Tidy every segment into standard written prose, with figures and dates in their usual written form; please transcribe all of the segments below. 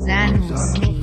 Sanuski.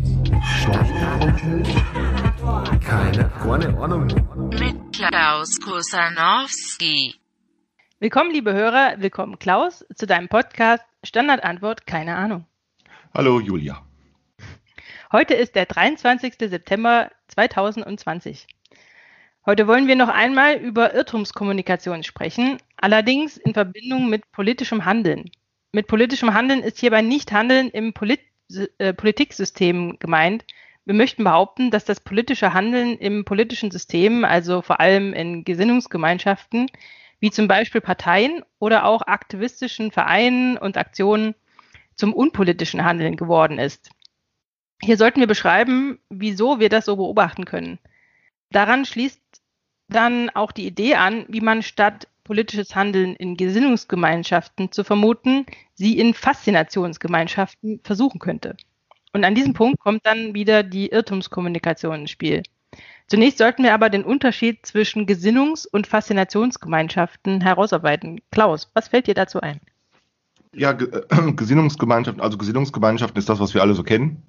Keine Ahnung. Mit Klaus Kusanowski. Willkommen, liebe Hörer, willkommen Klaus zu deinem Podcast Standardantwort, keine Ahnung. Hallo Julia. Heute ist der 23. September 2020. Heute wollen wir noch einmal über Irrtumskommunikation sprechen, allerdings in Verbindung mit politischem Handeln. Mit politischem Handeln ist hierbei nicht Handeln im Politiksystem gemeint. Wir möchten behaupten, dass das politische Handeln im politischen System, also vor allem in Gesinnungsgemeinschaften, wie zum Beispiel Parteien oder auch aktivistischen Vereinen und Aktionen, zum unpolitischen Handeln geworden ist. Hier sollten wir beschreiben, wieso wir das so beobachten können. Daran schließt dann auch die Idee an, wie man statt politisches Handeln in Gesinnungsgemeinschaften zu vermuten, sie in Faszinationsgemeinschaften versuchen könnte. Und an diesem Punkt kommt dann wieder die Irrtumskommunikation ins Spiel. Zunächst sollten wir aber den Unterschied zwischen Gesinnungs- und Faszinationsgemeinschaften herausarbeiten. Klaus, was fällt dir dazu ein? Ja, Gesinnungsgemeinschaften ist das, was wir alle so kennen.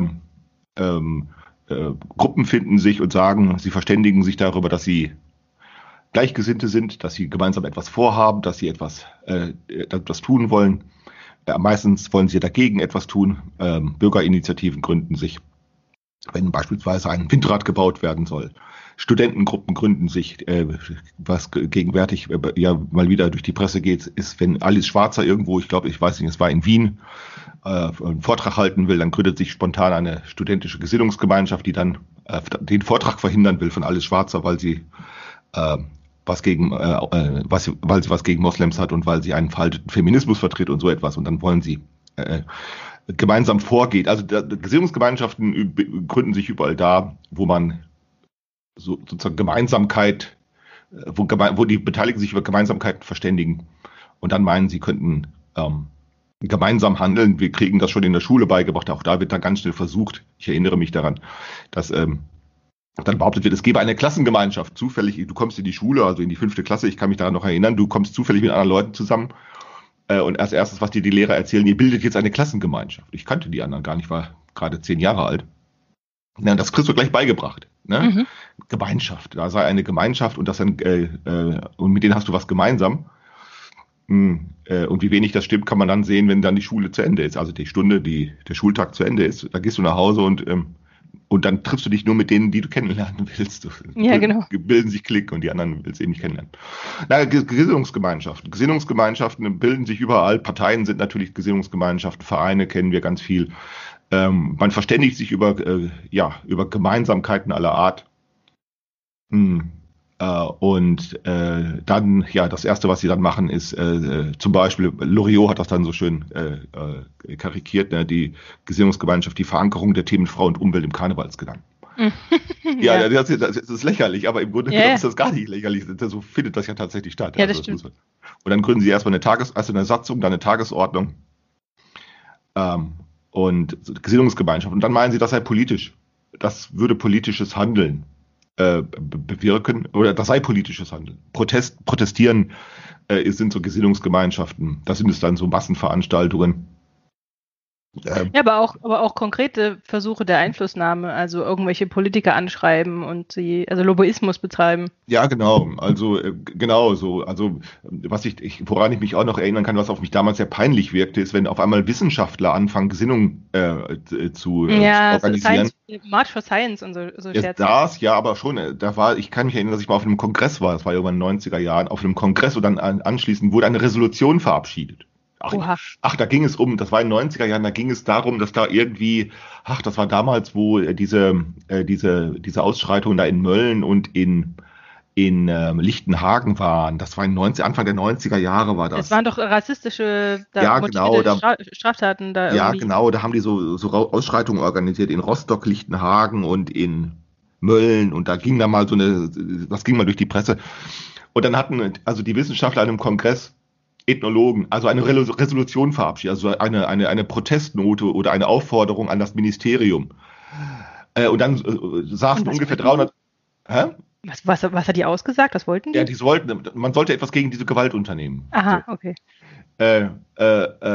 Gruppen finden sich und sagen, sie verständigen sich darüber, dass sie Gleichgesinnte sind, dass sie gemeinsam etwas vorhaben, dass sie etwas tun wollen. Meistens wollen sie dagegen etwas tun. Bürgerinitiativen gründen sich, wenn beispielsweise ein Windrad gebaut werden soll. Studentengruppen gründen sich, was gegenwärtig ja mal wieder durch die Presse geht, ist, wenn Alice Schwarzer irgendwo, ich weiß nicht, es war in Wien, einen Vortrag halten will, dann gründet sich spontan eine studentische Gesinnungsgemeinschaft, die dann den Vortrag verhindern will von Alice Schwarzer, weil sie was gegen Moslems hat und weil sie einen veralteten Feminismus vertritt und so etwas. Und dann wollen sie gemeinsam vorgehen. Also Gesinnungsgemeinschaften gründen sich überall da, wo man sozusagen Gemeinsamkeit, wo die Beteiligten sich über Gemeinsamkeiten verständigen und dann meinen, sie könnten gemeinsam handeln. Wir kriegen das schon in der Schule beigebracht. Auch da wird dann ganz schnell versucht. Ich erinnere mich daran, dass dann behauptet wird, es gebe eine Klassengemeinschaft. Zufällig, du kommst in die Schule, also in die 5. Klasse, ich kann mich daran noch erinnern, du kommst zufällig mit anderen Leuten zusammen und als erstes, was dir die Lehrer erzählen, ihr bildet jetzt eine Klassengemeinschaft. Ich kannte die anderen gar nicht, war gerade 10 Jahre alt. Na, das kriegst du gleich beigebracht. Ne? Mhm. Gemeinschaft, da sei eine Gemeinschaft und und mit denen hast du was gemeinsam. Und wie wenig das stimmt, kann man dann sehen, wenn dann die Schule zu Ende ist, also der Schultag zu Ende ist. Da gehst du nach Hause und dann triffst du dich nur mit denen, die du kennenlernen willst. Ja, genau. Bilden sich Klick und die anderen willst du eben nicht kennenlernen. Na, Gesinnungsgemeinschaften bilden sich überall. Parteien sind natürlich Gesinnungsgemeinschaften. Vereine kennen wir ganz viel. Man verständigt sich über Gemeinsamkeiten aller Art. Dann, das Erste, was sie dann machen, ist zum Beispiel, Loriot hat das dann so schön karikiert, ne, die Gesinnungsgemeinschaft, die Verankerung der Themen Frau und Umwelt im Karnevalsgedanken. Ja, das ist lächerlich, aber im Grunde genommen ist das gar nicht lächerlich. So findet das ja tatsächlich statt. Ja, das stimmt. Und dann gründen sie erstmal eine Satzung, dann eine Tagesordnung und Gesinnungsgemeinschaft. Und dann meinen sie, das sei politisch. Das würde politisches Handeln bewirken, oder das sei politisches Handeln. Protestieren sind so Gesinnungsgemeinschaften. Das sind es dann so Massenveranstaltungen. Ja, aber auch konkrete Versuche der Einflussnahme, also irgendwelche Politiker anschreiben und also Lobbyismus betreiben. Ja, genau. Also genau so. Also woran ich mich auch noch erinnern kann, was auf mich damals sehr peinlich wirkte, ist, wenn auf einmal Wissenschaftler anfangen, Gesinnung zu organisieren. March for Science und so Scherze. Das, ja, aber schon. Ich kann mich erinnern, dass ich mal auf einem Kongress war. Das war irgendwann in den 90er Jahren. Auf einem Kongress und dann anschließend wurde eine Resolution verabschiedet. Da ging es das war in den 90er Jahren, da ging es darum, dass da irgendwie, das war damals, wo diese Ausschreitungen da in Mölln und in Lichtenhagen waren. Das war Anfang der 90er Jahre war das. Es waren doch rassistische Straftaten da irgendwie. Ja, genau, da haben die so Ausschreitungen organisiert in Rostock, Lichtenhagen und in Mölln und da ging da mal das ging mal durch die Presse. Und dann hatten also die Wissenschaftler an einem Kongress, Ethnologen, also eine Resolution verabschiedet, also eine Protestnote oder eine Aufforderung an das Ministerium. Und dann saßen ungefähr 300. Hä? Was hat die ausgesagt? Was wollten die? Ja, man sollte etwas gegen diese Gewalt unternehmen. Aha, okay.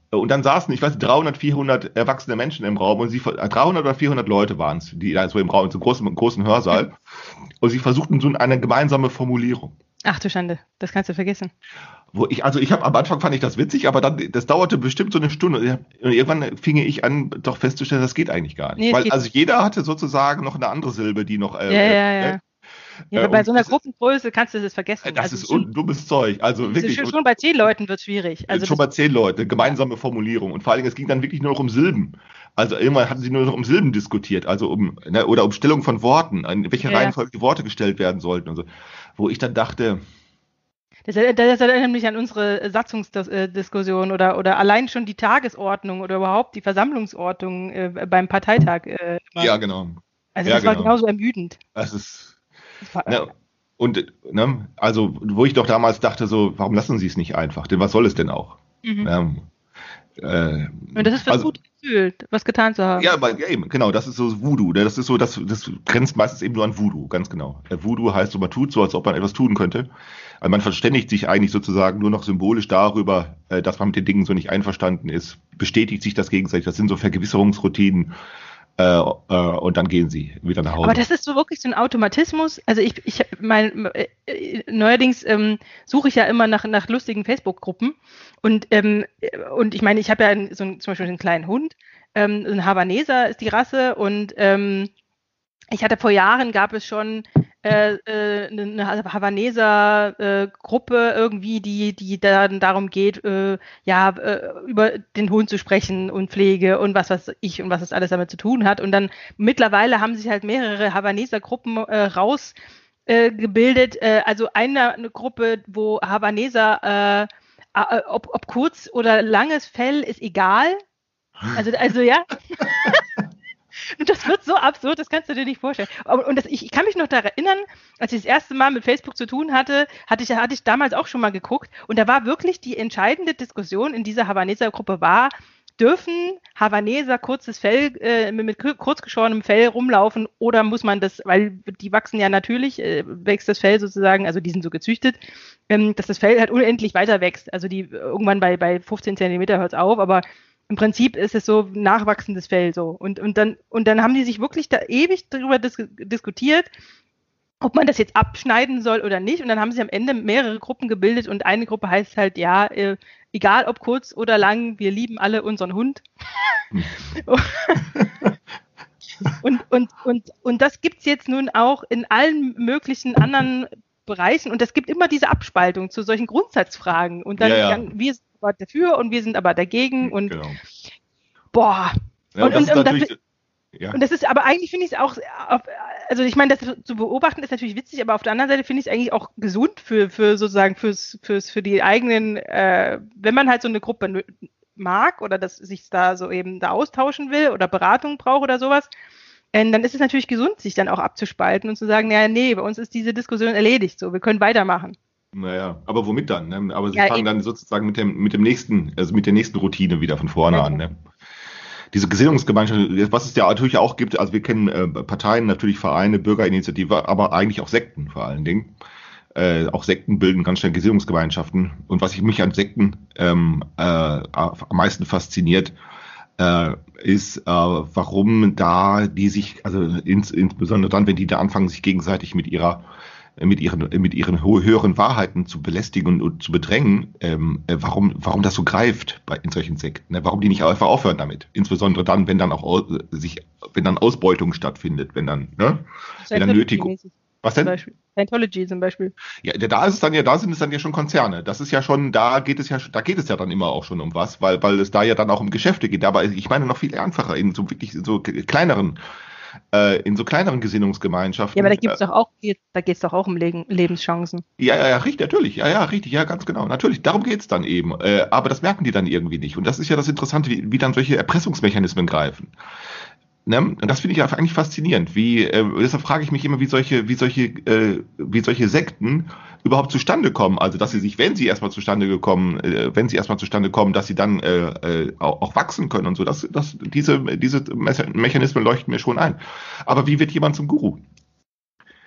Und dann saßen, ich weiß nicht, 300, 400 erwachsene Menschen im Raum und 300 oder 400 Leute waren es, die da so im Raum, in so einem großen Hörsaal. Und sie versuchten so eine gemeinsame Formulierung. Ach du Schande, das kannst du vergessen. Am Anfang fand ich das witzig, aber dann, das dauerte bestimmt so eine Stunde. Und irgendwann fing ich an, doch festzustellen, das geht eigentlich gar nicht. Nee, Weil, also jeder hatte sozusagen noch eine andere Silbe, die noch, Ja, aber bei so einer Gruppengröße kannst du das vergessen. das ist dummes Zeug. Also wirklich. Schon bei 10 Leuten wird es schwierig. Also schon bei 10 Leute, gemeinsame Formulierung. Und vor allen Dingen, es ging dann wirklich nur noch um Silben. Also immer hatten sie nur noch um Silben diskutiert, also oder um Stellung von Worten, in welcher Reihenfolge die Worte gestellt werden sollten und so. Wo ich dann dachte. Das erinnert mich an unsere Satzungsdiskussion oder allein schon die Tagesordnung oder überhaupt die Versammlungsordnung beim Parteitag. Ja, genau. Also das war genauso ermüdend. Das ist. Also, wo ich doch damals dachte, so, warum lassen Sie es nicht einfach? Denn was soll es denn auch? Und das ist für ein gutes Gefühl, was getan zu haben. Ja, aber eben, genau, das ist so Voodoo. Das ist so, das grenzt meistens eben nur an Voodoo, ganz genau. Voodoo heißt so, man tut so, als ob man etwas tun könnte. Also man verständigt sich eigentlich sozusagen nur noch symbolisch darüber, dass man mit den Dingen so nicht einverstanden ist, bestätigt sich das gegenseitig. Das sind so Vergewisserungsroutinen. Und dann gehen sie wieder nach Hause. Aber das ist so wirklich so ein Automatismus. Also neuerdings suche ich ja immer nach lustigen Facebook-Gruppen und ich meine, ich habe ja zum Beispiel einen kleinen Hund, ein Havaneser ist die Rasse und ich hatte vor Jahren, gab es schon eine Havaneser Gruppe irgendwie, die dann darum geht, über den Hund zu sprechen und Pflege und was das alles damit zu tun hat. Und dann mittlerweile haben sich halt mehrere Havaneser Gruppen rausgebildet. Also eine Gruppe, wo Havaneser, ob kurz oder langes Fell ist egal. Also ja. Und das wird so absurd, das kannst du dir nicht vorstellen. Ich kann mich noch daran erinnern, als ich das erste Mal mit Facebook zu tun hatte ich damals auch schon mal geguckt. Und da war wirklich die entscheidende Diskussion in dieser Havaneser-Gruppe dürfen Havaneser kurzes Fell, mit kurzgeschorenem Fell rumlaufen oder muss man das, weil die wachsen ja natürlich, wächst das Fell sozusagen, also die sind so gezüchtet, dass das Fell halt unendlich weiter wächst. Also die irgendwann bei 15 Zentimeter hört es auf, aber im Prinzip ist es so nachwachsendes Fell so. Und dann haben die sich wirklich da ewig darüber diskutiert, ob man das jetzt abschneiden soll oder nicht. Und dann haben sie am Ende mehrere Gruppen gebildet und eine Gruppe heißt halt, egal ob kurz oder lang, wir lieben alle unseren Hund. und das gibt's jetzt nun auch in allen möglichen anderen Bereichen. Und es gibt immer diese Abspaltung zu solchen Grundsatzfragen. Und dann wir sind aber dafür und wir sind aber dagegen. Und boah. Ja, und das ist, aber eigentlich finde ich es auch, also ich meine, das zu beobachten ist natürlich witzig, aber auf der anderen Seite finde ich es eigentlich auch gesund für sozusagen für die eigenen, wenn man halt so eine Gruppe mag oder dass sich da so eben da austauschen will oder Beratung braucht oder sowas, dann ist es natürlich gesund, sich dann auch abzuspalten und zu sagen, nee, bei uns ist diese Diskussion erledigt, so, wir können weitermachen. Naja, aber womit dann? Ne? Aber sie fangen dann sozusagen mit der nächsten Routine wieder von vorne an. Ne? Diese Gesinnungsgemeinschaft, was es ja natürlich auch gibt, also wir kennen Parteien, natürlich Vereine, Bürgerinitiative, aber eigentlich auch Sekten vor allen Dingen. Auch Sekten bilden ganz schnell Gesinnungsgemeinschaften. Und was mich an Sekten am meisten fasziniert, ist, warum da die sich, also insbesondere dann, wenn die da anfangen, sich gegenseitig mit ihren höheren Wahrheiten zu belästigen und zu bedrängen, warum das so greift in solchen Sekten, ne? Warum die nicht einfach aufhören damit, insbesondere dann, wenn dann Ausbeutung stattfindet, wenn dann nötig. Was denn? Scientology zum Beispiel. Ja, da sind es dann ja schon Konzerne. Das ist ja schon, da geht es ja dann immer auch schon um was, weil es da ja dann auch um Geschäfte geht. Aber ich meine noch viel einfacher in so kleineren Gesinnungsgemeinschaften. Ja, aber da geht's doch auch um Lebenschancen. Ja, richtig, natürlich. Ja, richtig, ja, ganz genau. Natürlich, darum geht's dann eben. Aber das merken die dann irgendwie nicht. Und das ist ja das Interessante, wie dann solche Erpressungsmechanismen greifen. Ne? Und das finde ich eigentlich faszinierend. Deshalb frage ich mich immer, wie solche Sekten überhaupt zustande kommen. Also, dass sie sich, wenn sie erstmal zustande kommen, dass sie dann auch wachsen können und so. Diese Mechanismen leuchten mir schon ein. Aber wie wird jemand zum Guru?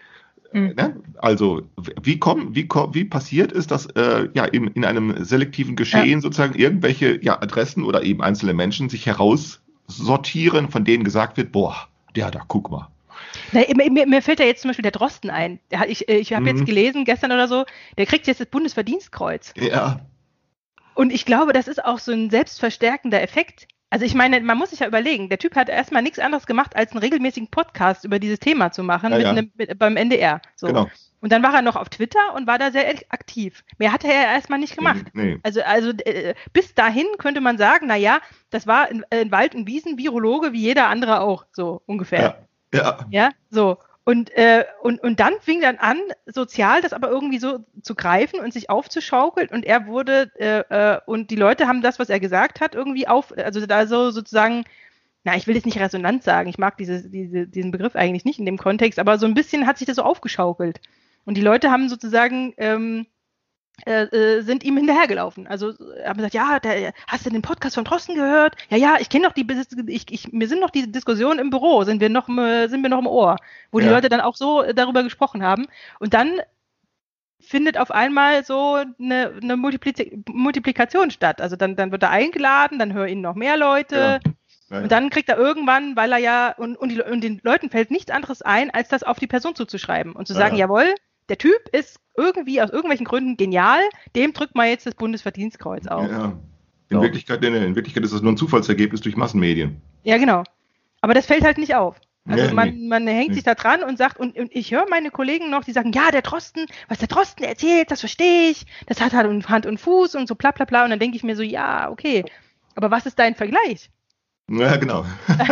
Ne? Also wie passiert ist, dass in einem selektiven Geschehen sozusagen irgendwelche Adressen oder eben einzelne Menschen sich heraussortieren, von denen gesagt wird, boah, der da, guck mal. Na, mir fällt da jetzt zum Beispiel der Drosten ein. Ich habe jetzt gelesen, gestern oder so, der kriegt jetzt das Bundesverdienstkreuz. Ja. Und ich glaube, das ist auch so ein selbstverstärkender Effekt. Also ich meine, man muss sich ja überlegen, der Typ hat erstmal nichts anderes gemacht, als einen regelmäßigen Podcast über dieses Thema zu machen beim NDR. So. Genau. Und dann war er noch auf Twitter und war da sehr aktiv. Mehr hatte er erstmal nicht gemacht. Nee. Also bis dahin könnte man sagen, naja, das war in Wald- und Wiesen-Virologe wie jeder andere auch, so ungefähr. Ja, so. Und dann fing dann an, sozial das aber irgendwie so zu greifen und sich aufzuschaukeln und er wurde, und die Leute haben das, was er gesagt hat, irgendwie also da so sozusagen, ich will jetzt nicht Resonanz sagen, ich mag diesen Begriff eigentlich nicht in dem Kontext, aber so ein bisschen hat sich das so aufgeschaukelt. Und die Leute haben sozusagen, sind ihm hinterhergelaufen. Also haben gesagt, ja, hast du den Podcast von Drosten gehört? Ja, ich kenne noch mir sind noch die Diskussionen im Büro, sind wir noch im Ohr, wo die Leute dann auch so darüber gesprochen haben. Und dann findet auf einmal so eine Multiplikation statt. Also dann wird er eingeladen, dann hören ihn noch mehr Leute. Ja. Und dann kriegt er irgendwann, weil er und den Leuten fällt nichts anderes ein, als das auf die Person zuzuschreiben und zu sagen, jawohl, der Typ ist irgendwie aus irgendwelchen Gründen genial, dem drückt man jetzt das Bundesverdienstkreuz auf. Ja. In Wirklichkeit ist das nur ein Zufallsergebnis durch Massenmedien. Ja, genau. Aber das fällt halt nicht auf. Also man hängt sich da dran und sagt, und ich höre meine Kollegen noch, die sagen, ja, was der Drosten erzählt, das verstehe ich, das hat halt Hand und Fuß und so bla bla bla. Und dann denke ich mir so, ja, okay, aber was ist dein Vergleich? Ja, genau.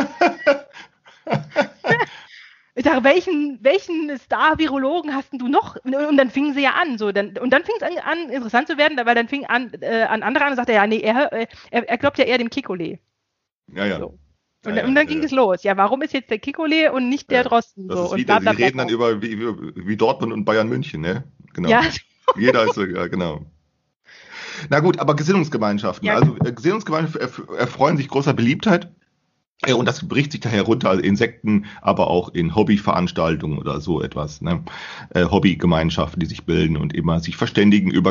Ich sage, welchen Star-Virologen hast du noch? Und dann fingen sie ja an. Und dann fing es an, interessant zu werden, weil dann fing an andere an und sagte, er glaubt ja eher dem Kikole. Ja. So. Und dann ging es los. Ja, warum ist jetzt der Kikole und nicht der Drosten? Das ist wieder, sie reden dann über wie Dortmund und Bayern München, ne? Genau. Ja. Jeder ist so, ja, genau. Na gut, aber Gesinnungsgemeinschaften. Ja. Also Gesinnungsgemeinschaften erfreuen sich großer Beliebtheit. Und das bricht sich daher runter, also in Sekten, aber auch in Hobbyveranstaltungen oder so etwas, ne? Hobbygemeinschaften, die sich bilden und immer sich verständigen über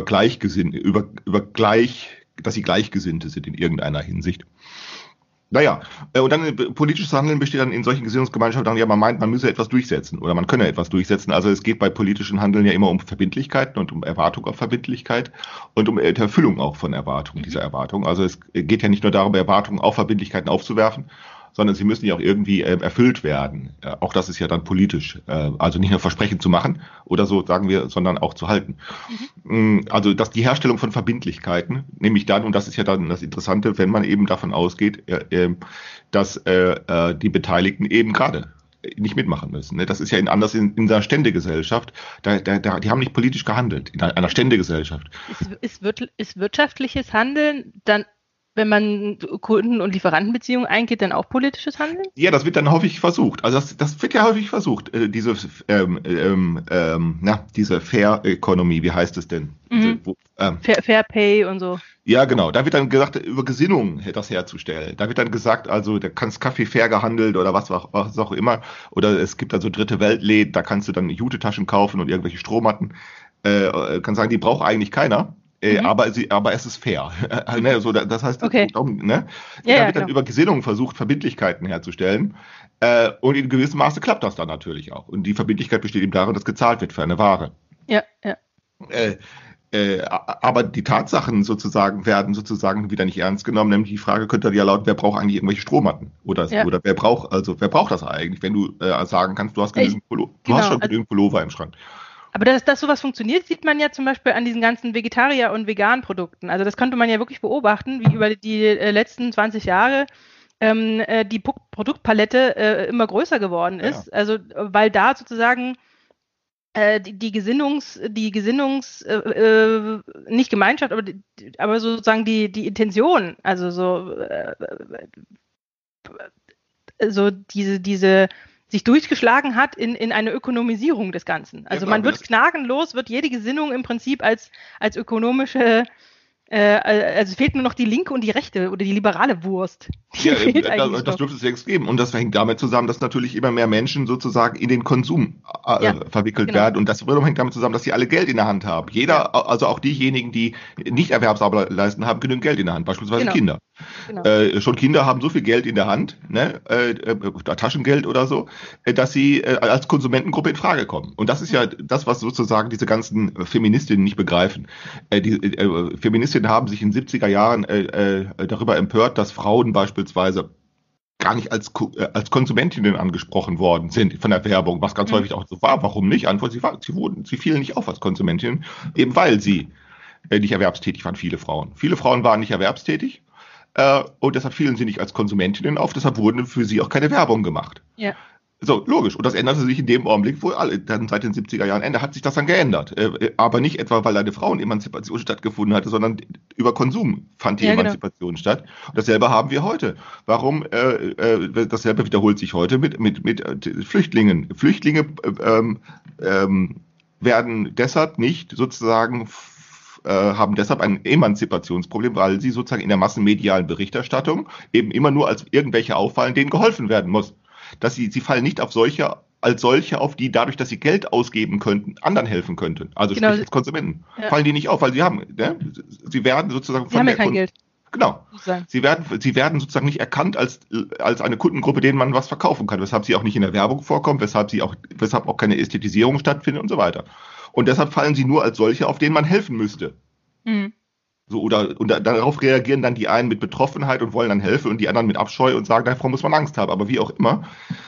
dass sie Gleichgesinnte sind in irgendeiner Hinsicht. Naja, und dann politisches Handeln besteht dann in solchen Gesinnungsgemeinschaften, dann man meint, man müsse etwas durchsetzen oder man könne etwas durchsetzen. Also es geht bei politischen Handeln ja immer um Verbindlichkeiten und um Erwartung auf Verbindlichkeit und um Erfüllung auch von Erwartungen, dieser Erwartung. Also es geht ja nicht nur darum, Erwartungen auf Verbindlichkeiten aufzuwerfen, sondern sie müssen ja auch irgendwie erfüllt werden. Auch das ist ja dann politisch. Also nicht nur Versprechen zu machen oder so, sagen wir, sondern auch zu halten. Also dass die Herstellung von Verbindlichkeiten, nämlich dann, und das ist ja dann das Interessante, wenn man eben davon ausgeht, dass die Beteiligten eben gerade nicht mitmachen müssen. Das ist ja anders in einer Ständegesellschaft. Die haben nicht politisch gehandelt, in einer Ständegesellschaft. Ist wirtschaftliches Handeln dann, wenn man Kunden- und Lieferantenbeziehungen eingeht, dann auch politisches Handeln? Ja, das wird dann häufig versucht. Also das wird ja häufig versucht. Diese Fair Economy, wie heißt es denn? Fair Pay und so. Ja, genau. Da wird dann gesagt, über Gesinnung das herzustellen. Da wird dann gesagt, also da kannst Kaffee fair gehandelt oder was auch immer. Oder es gibt also dritte Weltläden, da kannst du dann Jute-Taschen kaufen und irgendwelche Strohmatten. Kann sagen, die braucht eigentlich keiner. Aber es ist fair. So, das heißt, okay. Da wird dann über Gesinnung versucht, Verbindlichkeiten herzustellen. Und in gewissem Maße klappt das dann natürlich auch. Und die Verbindlichkeit besteht eben darin, dass gezahlt wird für eine Ware. Ja. Aber die Tatsachen werden wieder nicht ernst genommen. Nämlich die Frage könnte ja lauten, wer braucht eigentlich irgendwelche Strohmatten? Oder wer braucht das eigentlich, wenn du sagen kannst, du hast schon genügend Pullover im Schrank. Aber dass sowas funktioniert, sieht man ja zum Beispiel an diesen ganzen Vegetarier- und Vegan-Produkten. Also das konnte man ja wirklich beobachten, wie über die letzten 20 Jahre die Produktpalette immer größer geworden ist. Ja. Also weil da sozusagen die Gesinnungs nicht Gemeinschaft, aber sozusagen die Intention, also so diese sich durchgeschlagen hat in eine Ökonomisierung des Ganzen. Also man wird gnadenlos, wird jede Gesinnung im Prinzip als ökonomische Also fehlt nur noch die linke und die rechte oder die liberale Wurst. Die fehlt eigentlich das noch. dürfte es längst geben. Und das hängt damit zusammen, dass natürlich immer mehr Menschen sozusagen in den Konsum verwickelt genau. werden. Und das wiederum hängt damit zusammen, dass sie alle Geld in der Hand haben. Jeder, also auch diejenigen, die nicht Erwerbsarbeit leisten, haben genügend Geld in der Hand, beispielsweise Genau. Kinder. Genau. Schon Kinder haben so viel Geld in der Hand, ne, Taschengeld oder so, dass sie als Konsumentengruppe in Frage kommen. Und das ist ja das, was sozusagen diese ganzen Feministinnen nicht begreifen. Die Feministinnen haben sich in den 70er Jahren darüber empört, dass Frauen beispielsweise gar nicht als Konsumentinnen angesprochen worden sind von der Werbung, was ganz häufig auch so war. Warum nicht? Antwort, sie fielen nicht auf als Konsumentinnen, eben weil sie nicht erwerbstätig waren, viele Frauen. Viele Frauen waren nicht erwerbstätig und deshalb fielen sie nicht als Konsumentinnen auf, deshalb wurden für sie auch keine Werbung gemacht. Ja. So, logisch. Und das änderte sich in dem Augenblick, wo dann seit den 70er Jahren hat sich das dann geändert. Aber nicht etwa, weil eine Frauenemanzipation stattgefunden hatte, sondern über Konsum fand die Emanzipation statt. Und dasselbe haben wir heute. Warum? Dasselbe wiederholt sich heute mit Flüchtlingen. Flüchtlinge werden deshalb nicht sozusagen haben deshalb ein Emanzipationsproblem, weil sie sozusagen in der massenmedialen Berichterstattung eben immer nur als irgendwelche auffallen, denen geholfen werden muss. Dass sie fallen nicht als solche auf, die dadurch, dass sie Geld ausgeben könnten, anderen helfen könnten. Also sprich als Konsumenten. Ja. Fallen die nicht auf, weil sie haben, ne? Sie werden sozusagen von der Geld. Genau. Sie werden sozusagen nicht erkannt als eine Kundengruppe, denen man was verkaufen kann, weshalb sie auch nicht in der Werbung vorkommen, weshalb auch keine Ästhetisierung stattfindet und so weiter. Und deshalb fallen sie nur als solche, auf denen man helfen müsste. Mhm. So, und darauf reagieren dann die einen mit Betroffenheit und wollen dann helfen und die anderen mit Abscheu und sagen, davor muss man Angst haben. Aber wie auch immer,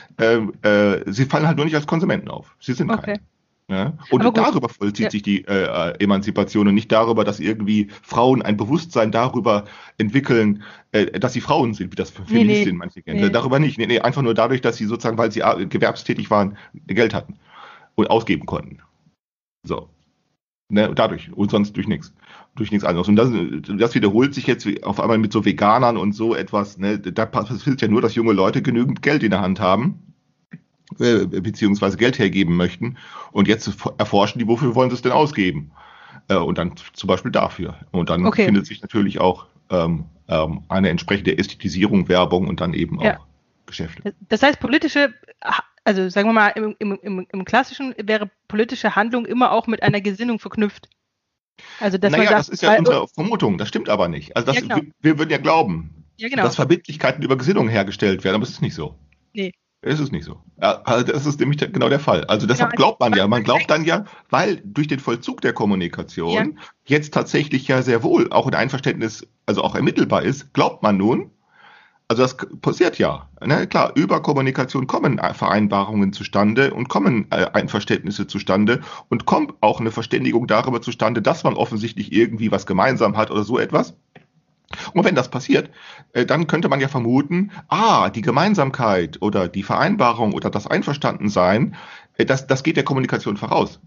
sie fallen halt nur nicht als Konsumenten auf. Sie sind keine. Ja? Und darüber vollzieht sich die Emanzipation und nicht darüber, dass irgendwie Frauen ein Bewusstsein darüber entwickeln, dass sie Frauen sind, wie das Feministinnen manche kennen. Nee. Darüber nicht. Nee, einfach nur dadurch, dass sie sozusagen, weil sie gewerbstätig waren, Geld hatten und ausgeben konnten. So. Ne, dadurch und sonst durch nichts anderes. Und das wiederholt sich jetzt auf einmal mit so Veganern und so etwas. Ne, da passiert ja nur, dass junge Leute genügend Geld in der Hand haben, beziehungsweise Geld hergeben möchten. Und jetzt erforschen die, wofür wollen sie es denn ausgeben? Und dann zum Beispiel dafür. Und dann findet sich natürlich auch eine entsprechende Ästhetisierung, Werbung und dann eben auch Geschäfte. Das heißt, also sagen wir mal, im Klassischen wäre politische Handlung immer auch mit einer Gesinnung verknüpft. Also, dass man sagt, das ist ja unsere Vermutung, das stimmt aber nicht. Also wir würden ja glauben, dass Verbindlichkeiten über Gesinnung hergestellt werden, aber es ist nicht so. Nee. Es ist nicht so. Also das ist nämlich genau der Fall. Also deshalb glaubt man ja. Man glaubt dann ja, weil durch den Vollzug der Kommunikation jetzt tatsächlich ja sehr wohl auch ein Einverständnis, also auch ermittelbar ist, glaubt man nun, also das passiert ja. Ne? Klar, über Kommunikation kommen Vereinbarungen zustande und kommen Einverständnisse zustande und kommt auch eine Verständigung darüber zustande, dass man offensichtlich irgendwie was gemeinsam hat oder so etwas. Und wenn das passiert, dann könnte man ja vermuten, die Gemeinsamkeit oder die Vereinbarung oder das Einverstandensein, das geht der Kommunikation voraus.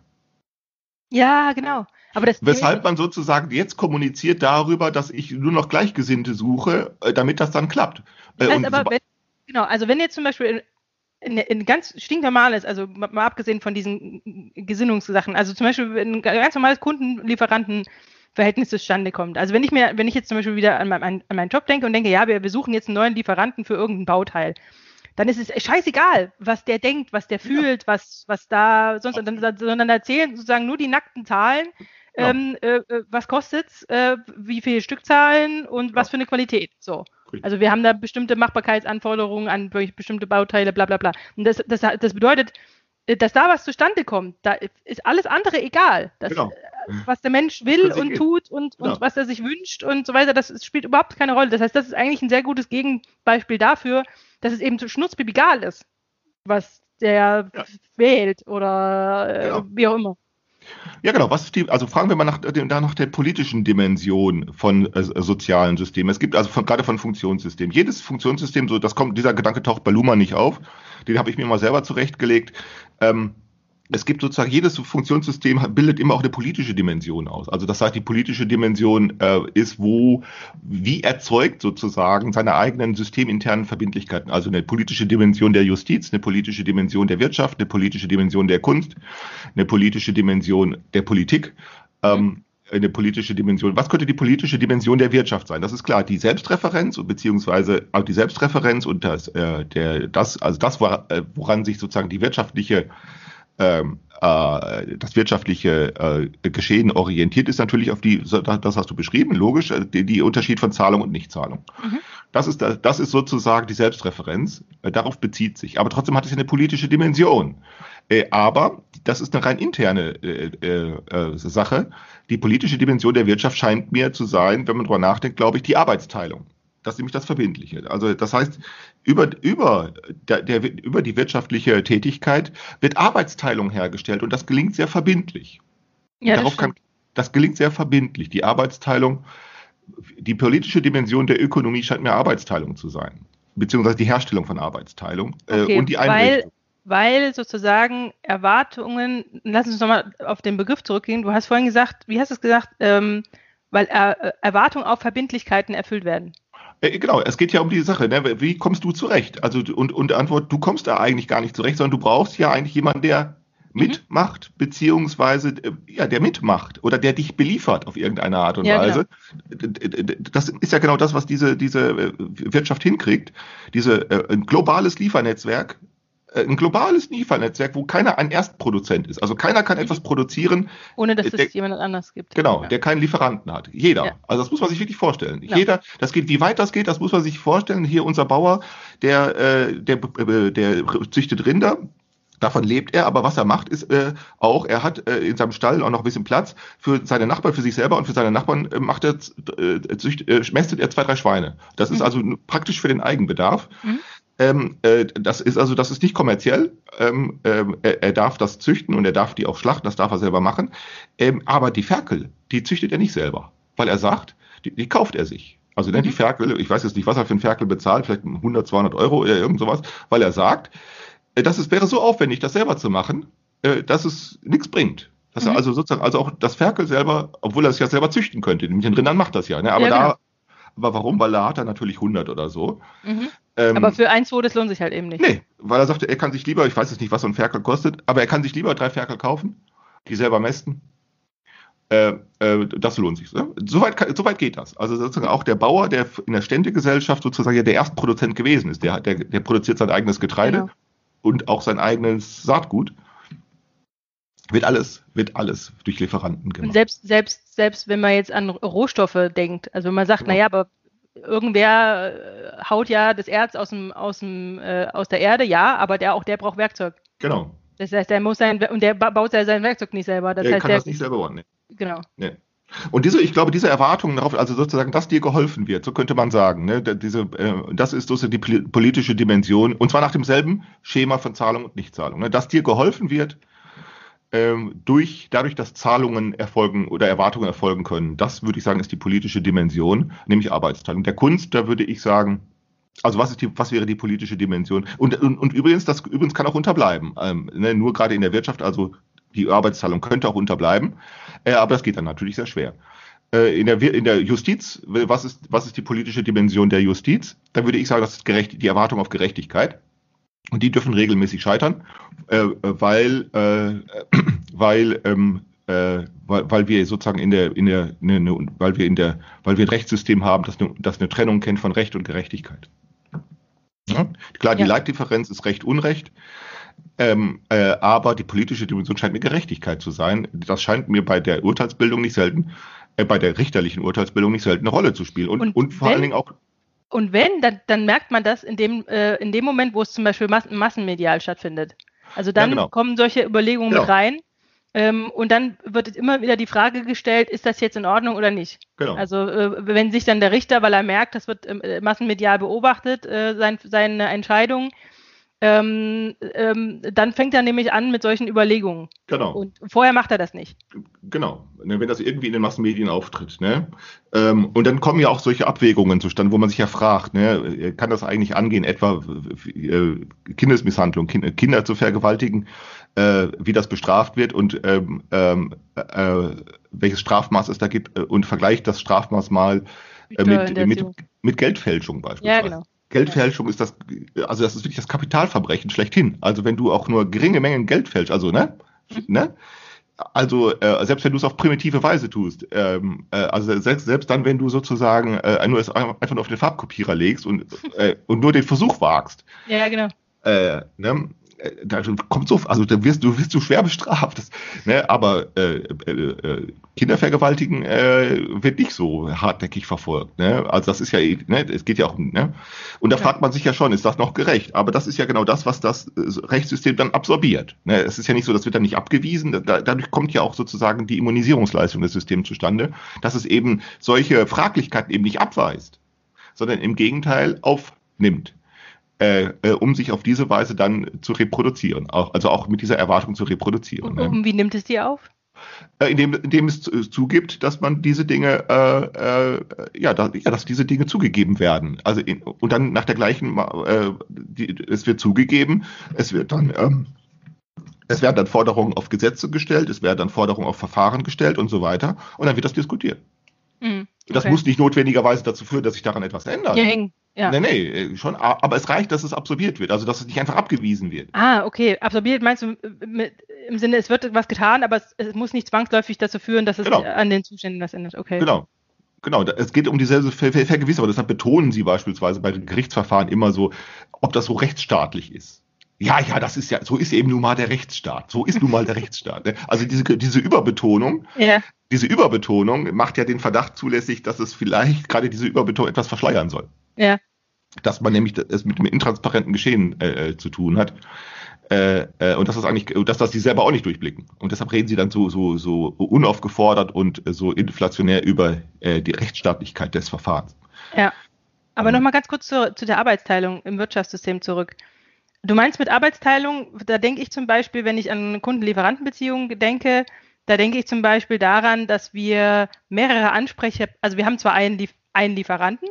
Ja, genau. Aber weshalb man sozusagen jetzt kommuniziert darüber, dass ich nur noch Gleichgesinnte suche, damit das dann klappt. Das heißt aber, wenn jetzt zum Beispiel ein ganz stinknormales, also mal abgesehen von diesen Gesinnungssachen, also zum Beispiel ein ganz normales Kunden-Lieferanten-Verhältnis zustande kommt. Also wenn ich jetzt zum Beispiel wieder an meinen Job denke und denke, wir suchen jetzt einen neuen Lieferanten für irgendein Bauteil, dann ist es scheißegal, was der denkt, was der fühlt, was da sonst, sondern da zählen sozusagen nur die nackten Zahlen, was kostet's, wie viele Stückzahlen und was für eine Qualität. So. Also wir haben da bestimmte Machbarkeitsanforderungen an bestimmte Bauteile, bla bla bla. Und das bedeutet, dass da was zustande kommt, da ist alles andere egal. Was der Mensch will und tut und was er sich wünscht und so weiter, das spielt überhaupt keine Rolle. Das heißt, das ist eigentlich ein sehr gutes Gegenbeispiel dafür, dass es eben zu schnurzpiep egal ist, was der wählt oder wie auch immer. Ja, genau. Also fragen wir mal nach der politischen Dimension von sozialen Systemen. Es gibt also gerade von Funktionssystemen. Jedes Funktionssystem, dieser Gedanke taucht bei Luhmann nicht auf. Den habe ich mir mal selber zurechtgelegt. Es gibt sozusagen, jedes Funktionssystem bildet immer auch eine politische Dimension aus. Also das heißt, die politische Dimension ist, wie erzeugt sozusagen seine eigenen systeminternen Verbindlichkeiten. Also eine politische Dimension der Justiz, eine politische Dimension der Wirtschaft, eine politische Dimension der Kunst, eine politische Dimension der Politik. eine politische Dimension. Was könnte die politische Dimension der Wirtschaft sein? Das ist klar, die Selbstreferenz beziehungsweise auch die Selbstreferenz und woran sich sozusagen die wirtschaftliche das wirtschaftliche Geschehen orientiert ist natürlich auf das hast du beschrieben, logisch, die Unterschied von Zahlung und Nichtzahlung. Mhm. Das ist sozusagen die Selbstreferenz, darauf bezieht sich. Aber trotzdem hat es eine politische Dimension. Aber das ist eine rein interne Sache. Die politische Dimension der Wirtschaft scheint mir zu sein, wenn man darüber nachdenkt, glaube ich, die Arbeitsteilung. Das ist nämlich das Verbindliche. Also das heißt, über die wirtschaftliche Tätigkeit wird Arbeitsteilung hergestellt und das gelingt sehr verbindlich. Ja, das gelingt sehr verbindlich. Die Arbeitsteilung, die politische Dimension der Ökonomie scheint mir Arbeitsteilung zu sein, beziehungsweise die Herstellung von Arbeitsteilung und die Einrichtung. Weil sozusagen Erwartungen, lass uns nochmal auf den Begriff zurückgehen, du hast vorhin gesagt, wie hast du es gesagt, weil Erwartungen auf Verbindlichkeiten erfüllt werden. Genau, es geht ja um die Sache, ne? Wie kommst du zurecht? Also und Antwort, du kommst da eigentlich gar nicht zurecht, sondern du brauchst ja eigentlich jemanden, der mitmacht, beziehungsweise der mitmacht oder der dich beliefert auf irgendeine Art und Weise. Genau. Das ist ja genau das, was diese Wirtschaft hinkriegt. Ein globales Liefernetzwerk, wo keiner ein Erstproduzent ist. Also keiner kann etwas produzieren, ohne dass es jemand anders gibt. Genau, der keinen Lieferanten hat. Jeder. Ja. Also das muss man sich wirklich vorstellen. Ja. Jeder, wie weit das geht, das muss man sich vorstellen. Hier unser Bauer, der züchtet Rinder. Davon lebt er, aber was er macht, ist er hat in seinem Stall auch noch ein bisschen Platz für seine Nachbarn, für sich selber und für seine Nachbarn mästet er 2, 3 Schweine. Das ist also praktisch für den Eigenbedarf. Das ist nicht kommerziell. Er darf das züchten und er darf die auch schlachten, das darf er selber machen. Aber die Ferkel, die züchtet er nicht selber, weil er sagt, die kauft er sich. Also die Ferkel, ich weiß jetzt nicht, was er für einen Ferkel bezahlt, vielleicht 100, 200 Euro oder irgend sowas, weil er sagt, wäre so aufwendig, das selber zu machen, dass es nichts bringt. Dass er also sozusagen, also auch das Ferkel selber, obwohl er es ja selber züchten könnte, mit den Rindern macht das ja, ne? Aber aber warum? Weil da hat er natürlich 100 oder so. Aber für 1, 2, das lohnt sich halt eben nicht. Nee, weil er sagte, er kann sich lieber, ich weiß jetzt nicht, was so ein Ferkel kostet, aber er kann sich lieber 3 Ferkel kaufen, die selber mästen. Das lohnt sich. Ne? Soweit geht das. Also sozusagen auch der Bauer, der in der Ständegesellschaft sozusagen ja der Erstproduzent gewesen ist, der produziert sein eigenes Getreide und auch sein eigenes Saatgut. Wird alles durch Lieferanten gemacht. Und selbst wenn man jetzt an Rohstoffe denkt, also wenn man sagt, aber irgendwer haut ja das Erz aus der Erde, aber der braucht Werkzeug. Genau. Das heißt, der baut ja sein Werkzeug nicht selber. Der kann das nicht selber bauen. Nee. Genau. Nee. Und ich glaube, diese Erwartungen darauf, also sozusagen, dass dir geholfen wird, so könnte man sagen, ne? Das ist sozusagen die politische Dimension, und zwar nach demselben Schema von Zahlung und Nichtzahlung, ne? Dass dir geholfen wird, dadurch, dass Zahlungen erfolgen oder Erwartungen erfolgen können. Das würde ich sagen, ist die politische Dimension, nämlich Arbeitsteilung. Der Kunst, da würde ich sagen, also was wäre die politische Dimension? Und übrigens, das kann auch unterbleiben. Nur gerade in der Wirtschaft, also die Arbeitsteilung könnte auch unterbleiben, aber das geht dann natürlich sehr schwer. In der Justiz, was ist die politische Dimension der Justiz? Da würde ich sagen, das ist die Erwartung auf Gerechtigkeit. Und die dürfen regelmäßig scheitern, weil wir sozusagen weil wir ein Rechtssystem haben, das eine Trennung kennt von Recht und Gerechtigkeit. Ja? Klar, die Leitdifferenz ist Recht, Unrecht, aber die politische Dimension scheint mir Gerechtigkeit zu sein. Das scheint mir bei der Urteilsbildung nicht selten, bei der richterlichen Urteilsbildung nicht selten eine Rolle zu spielen und vor allen Dingen auch. Und wenn, dann merkt man das in dem Moment, wo es zum Beispiel massenmedial stattfindet. Also dann kommen solche Überlegungen mit rein und dann wird immer wieder die Frage gestellt, ist das jetzt in Ordnung oder nicht? Genau. Also wenn sich dann der Richter, weil er merkt, das wird massenmedial beobachtet, seine Entscheidung, dann fängt er nämlich an mit solchen Überlegungen. Genau. Und vorher macht er das nicht. Genau, wenn das irgendwie in den Massenmedien auftritt. Ne? Und dann kommen ja auch solche Abwägungen zustande, wo man sich ja fragt, ne, kann das eigentlich angehen, etwa Kindesmisshandlung, Kinder zu vergewaltigen, wie das bestraft wird und welches Strafmaß es da gibt und vergleicht das Strafmaß mal mit Geldfälschung beispielsweise. Ja, genau. Geldfälschung ist das ist wirklich das Kapitalverbrechen schlechthin. Also wenn du auch nur geringe Mengen Geld fälschst, Also selbst wenn du es auf primitive Weise tust, also selbst dann, wenn du sozusagen einfach nur auf den Farbkopierer legst und nur den Versuch wagst, Ja, genau. ne, da kommt so, also da wirst du schwer bestraft. Ne, aber Kinder vergewaltigen wird nicht so hartnäckig verfolgt. Ne? Also das ist ja, ne, es geht ja auch, ne? Und da fragt man sich ja schon, ist das noch gerecht? Aber das ist ja genau das, was das Rechtssystem dann absorbiert. Ne? Es ist ja nicht so, das wird dann nicht abgewiesen. Dadurch kommt ja auch sozusagen die Immunisierungsleistung des Systems zustande, dass es eben solche Fraglichkeiten eben nicht abweist, sondern im Gegenteil aufnimmt. Um sich auf diese Weise dann zu reproduzieren. Also auch mit dieser Erwartung zu reproduzieren. Und wie nimmt es die auf? Indem es zugibt, dass man diese Dinge, dass diese Dinge zugegeben werden. Also und dann nach der gleichen, es wird zugegeben, es werden dann Forderungen auf Gesetze gestellt, es werden dann Forderungen auf Verfahren gestellt und so weiter. Und dann wird das diskutiert. Okay. Das muss nicht notwendigerweise dazu führen, dass sich daran etwas ändert. Ja. Nee, schon, aber es reicht, dass es absorbiert wird, also dass es nicht einfach abgewiesen wird. Okay. Absorbiert meinst du im Sinne, es wird was getan, aber es muss nicht zwangsläufig dazu führen, dass es an den Zuständen was ändert. Okay. Genau, es geht um dieselbe Vergewisserung. Deshalb betonen sie beispielsweise bei Gerichtsverfahren immer so, ob das so rechtsstaatlich ist. Ja, das ist ja, so ist eben nun mal der Rechtsstaat. So ist nun mal der Rechtsstaat. Ne? Also diese Überbetonung, diese Überbetonung macht ja den Verdacht zulässig, dass es vielleicht gerade diese Überbetonung etwas verschleiern soll. Ja. Dass man nämlich es mit dem intransparenten Geschehen zu tun hat. Und dass das sie selber auch nicht durchblicken. Und deshalb reden sie dann so unaufgefordert und so inflationär über die Rechtsstaatlichkeit des Verfahrens. Ja. Aber nochmal ganz kurz zu der Arbeitsteilung im Wirtschaftssystem zurück. Du meinst mit Arbeitsteilung, da denke ich zum Beispiel, wenn ich an Kunden-Lieferanten-Beziehungen denke, da denke ich zum Beispiel daran, dass wir mehrere Ansprecher, also wir haben zwar einen Lieferanten,